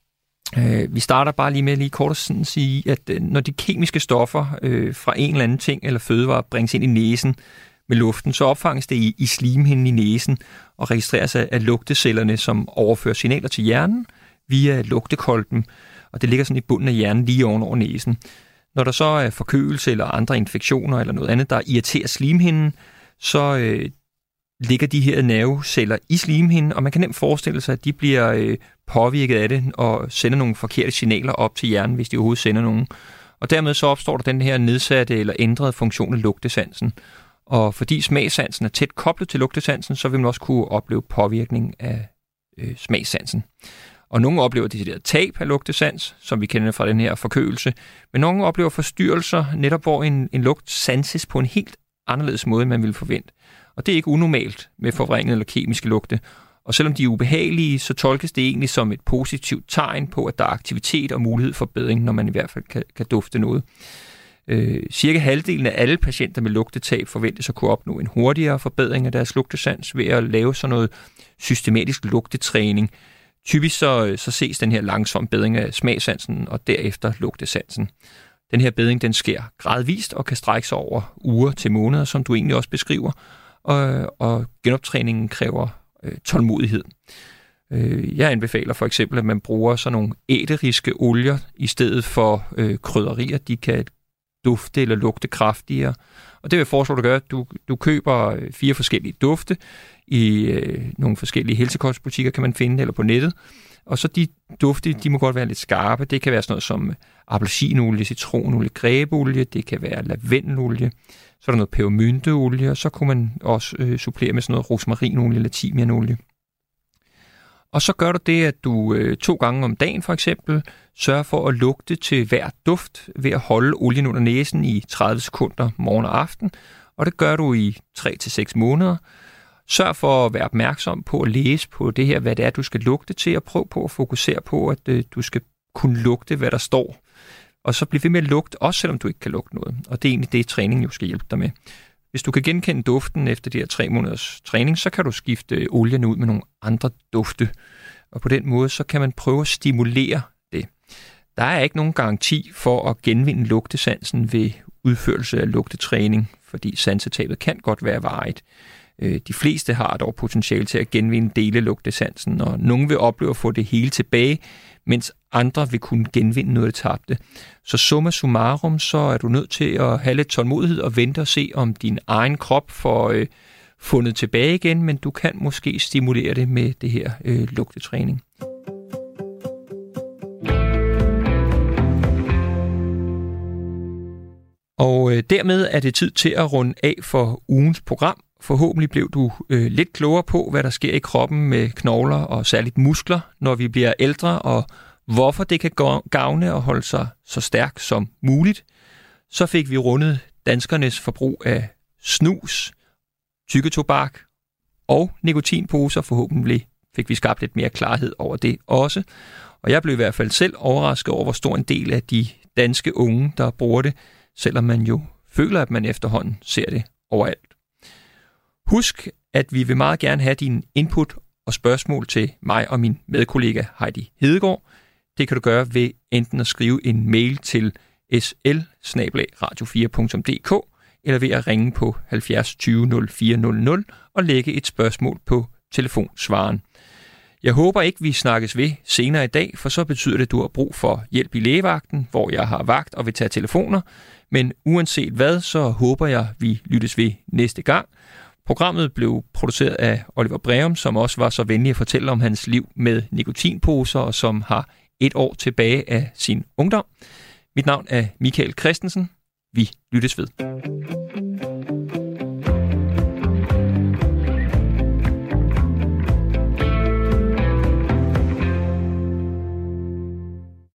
Øh, vi starter bare lige med lige kort at sådan sige, at øh, når de kemiske stoffer øh, fra en eller anden ting eller fødevare bringes ind i næsen med luften, så opfanges det i, i slimhinden i næsen og registreres af, af lugtecellerne, som overfører signaler til hjernen via lugtekolben, og det ligger sådan i bunden af hjernen lige oven over næsen. Når der så er forkølelse eller andre infektioner eller noget andet, der irriterer slimhinden, så øh, ligger de her nerveceller i slimhinden, og man kan nemt forestille sig, at de bliver øh, påvirket af det og sender nogle forkerte signaler op til hjernen, hvis de overhovedet sender nogen. Og dermed så opstår der den her nedsatte eller ændrede funktion af lugtesansen. Og fordi smagssansen er tæt koblet til lugtesansen, så vil man også kunne opleve påvirkning af øh, smagssansen. Og nogle oplever det der tab af lugtesans, som vi kender fra den her forkølelse, men nogle oplever forstyrrelser, netop hvor en, en lugt sanses på en helt anderledes måde, end man ville forvente. Og det er ikke unormalt med forvrængede eller kemiske lugte. Og selvom de er ubehagelige, så tolkes det egentlig som et positivt tegn på, at der er aktivitet og mulighed for bedring, når man i hvert fald kan, kan dufte noget. Øh, cirka halvdelen af alle patienter med lugtetab forventes at kunne opnå en hurtigere forbedring af deres lugtesans ved at lave sådan noget systematisk lugtetræning. Typisk så, så ses den her langsomme bedring af smagssansen og derefter lugtesansen. Den her bedring den sker gradvist og kan strække sig over uger til måneder, som du egentlig også beskriver, og, og genoptræningen kræver øh, tålmodighed. Øh, jeg anbefaler for eksempel, at man bruger sådan nogle æteriske olier i stedet for øh, krydderier. De kan dufte eller lugte kraftigere. Og det vil jeg foreslå, at du gør, at du, du køber fire forskellige dufte i øh, nogle forskellige helsekostbutikker, kan man finde, eller på nettet. Og så de dufte, de må godt være lidt skarpe. Det kan være sådan noget som appelsinolie, citronolie, græbeolie, det kan være lavendelolie, så er der noget pebermynteolie, og så kunne man også øh, supplere med sådan noget rosmarinolie eller timianolie. Og så gør du det, at du øh, to gange om dagen for eksempel sørger for at lugte til hver duft ved at holde olien under næsen i tredive sekunder morgen og aften, og det gør du i tre til seks måneder. Sørg for at være opmærksom på at læse på det her, hvad det er, du skal lugte til, og prøv på at fokusere på, at øh, du skal kunne lugte, hvad der står. Og så bliv ved med at lugte, også selvom du ikke kan lugte noget. Og det er egentlig det, træningen jo skal hjælpe dig med. Hvis du kan genkende duften efter de her tre måneders træning, så kan du skifte olien ud med nogle andre dufte. Og på den måde, så kan man prøve at stimulere det. Der er ikke nogen garanti for at genvinde lugtesansen ved udførelse af lugtetræning, fordi sansetabet kan godt være varigt. De fleste har dog potentiale til at genvinde dele lugtesansen, og nogle vil opleve at få det hele tilbage, mens andre vil kunne genvinde noget, det tabte. Så summa summarum, så er du nødt til at have lidt tålmodighed og vente og se, om din egen krop får øh, fundet tilbage igen, men du kan måske stimulere det med det her øh, lugtetræning. Og øh, dermed er det tid til at runde af for ugens program. Forhåbentlig blev du øh, lidt klogere på, hvad der sker i kroppen med knogler og særligt muskler, når vi bliver ældre, og hvorfor det kan gavne og holde sig så stærk som muligt. Så fik vi rundet danskernes forbrug af snus, tykketobak og nikotinposer. Forhåbentlig fik vi skabt lidt mere klarhed over det også. Og jeg blev i hvert fald selv overrasket over, hvor stor en del af de danske unge, der bruger det, selvom man jo føler, at man efterhånden ser det overalt. Husk, at vi vil meget gerne have din input og spørgsmål til mig og min medkollega Heidi Hedegaard. Det kan du gøre ved enten at skrive en mail til s l bindestreg radio fire punktum d k eller ved at ringe på halvfjerds tyve nul fire nul nul og lægge et spørgsmål på telefonsvaren. Jeg håber ikke, vi snakkes ved senere i dag, for så betyder det, at du har brug for hjælp i lægevagten, hvor jeg har vagt og vil tage telefoner. Men uanset hvad, så håber jeg, vi lyttes ved næste gang. Programmet blev produceret af Oliver Breum, som også var så venlig at fortælle om hans liv med nikotinposer, og som har et år tilbage af sin ungdom. Mit navn er Michael Christensen. Vi lyttes ved.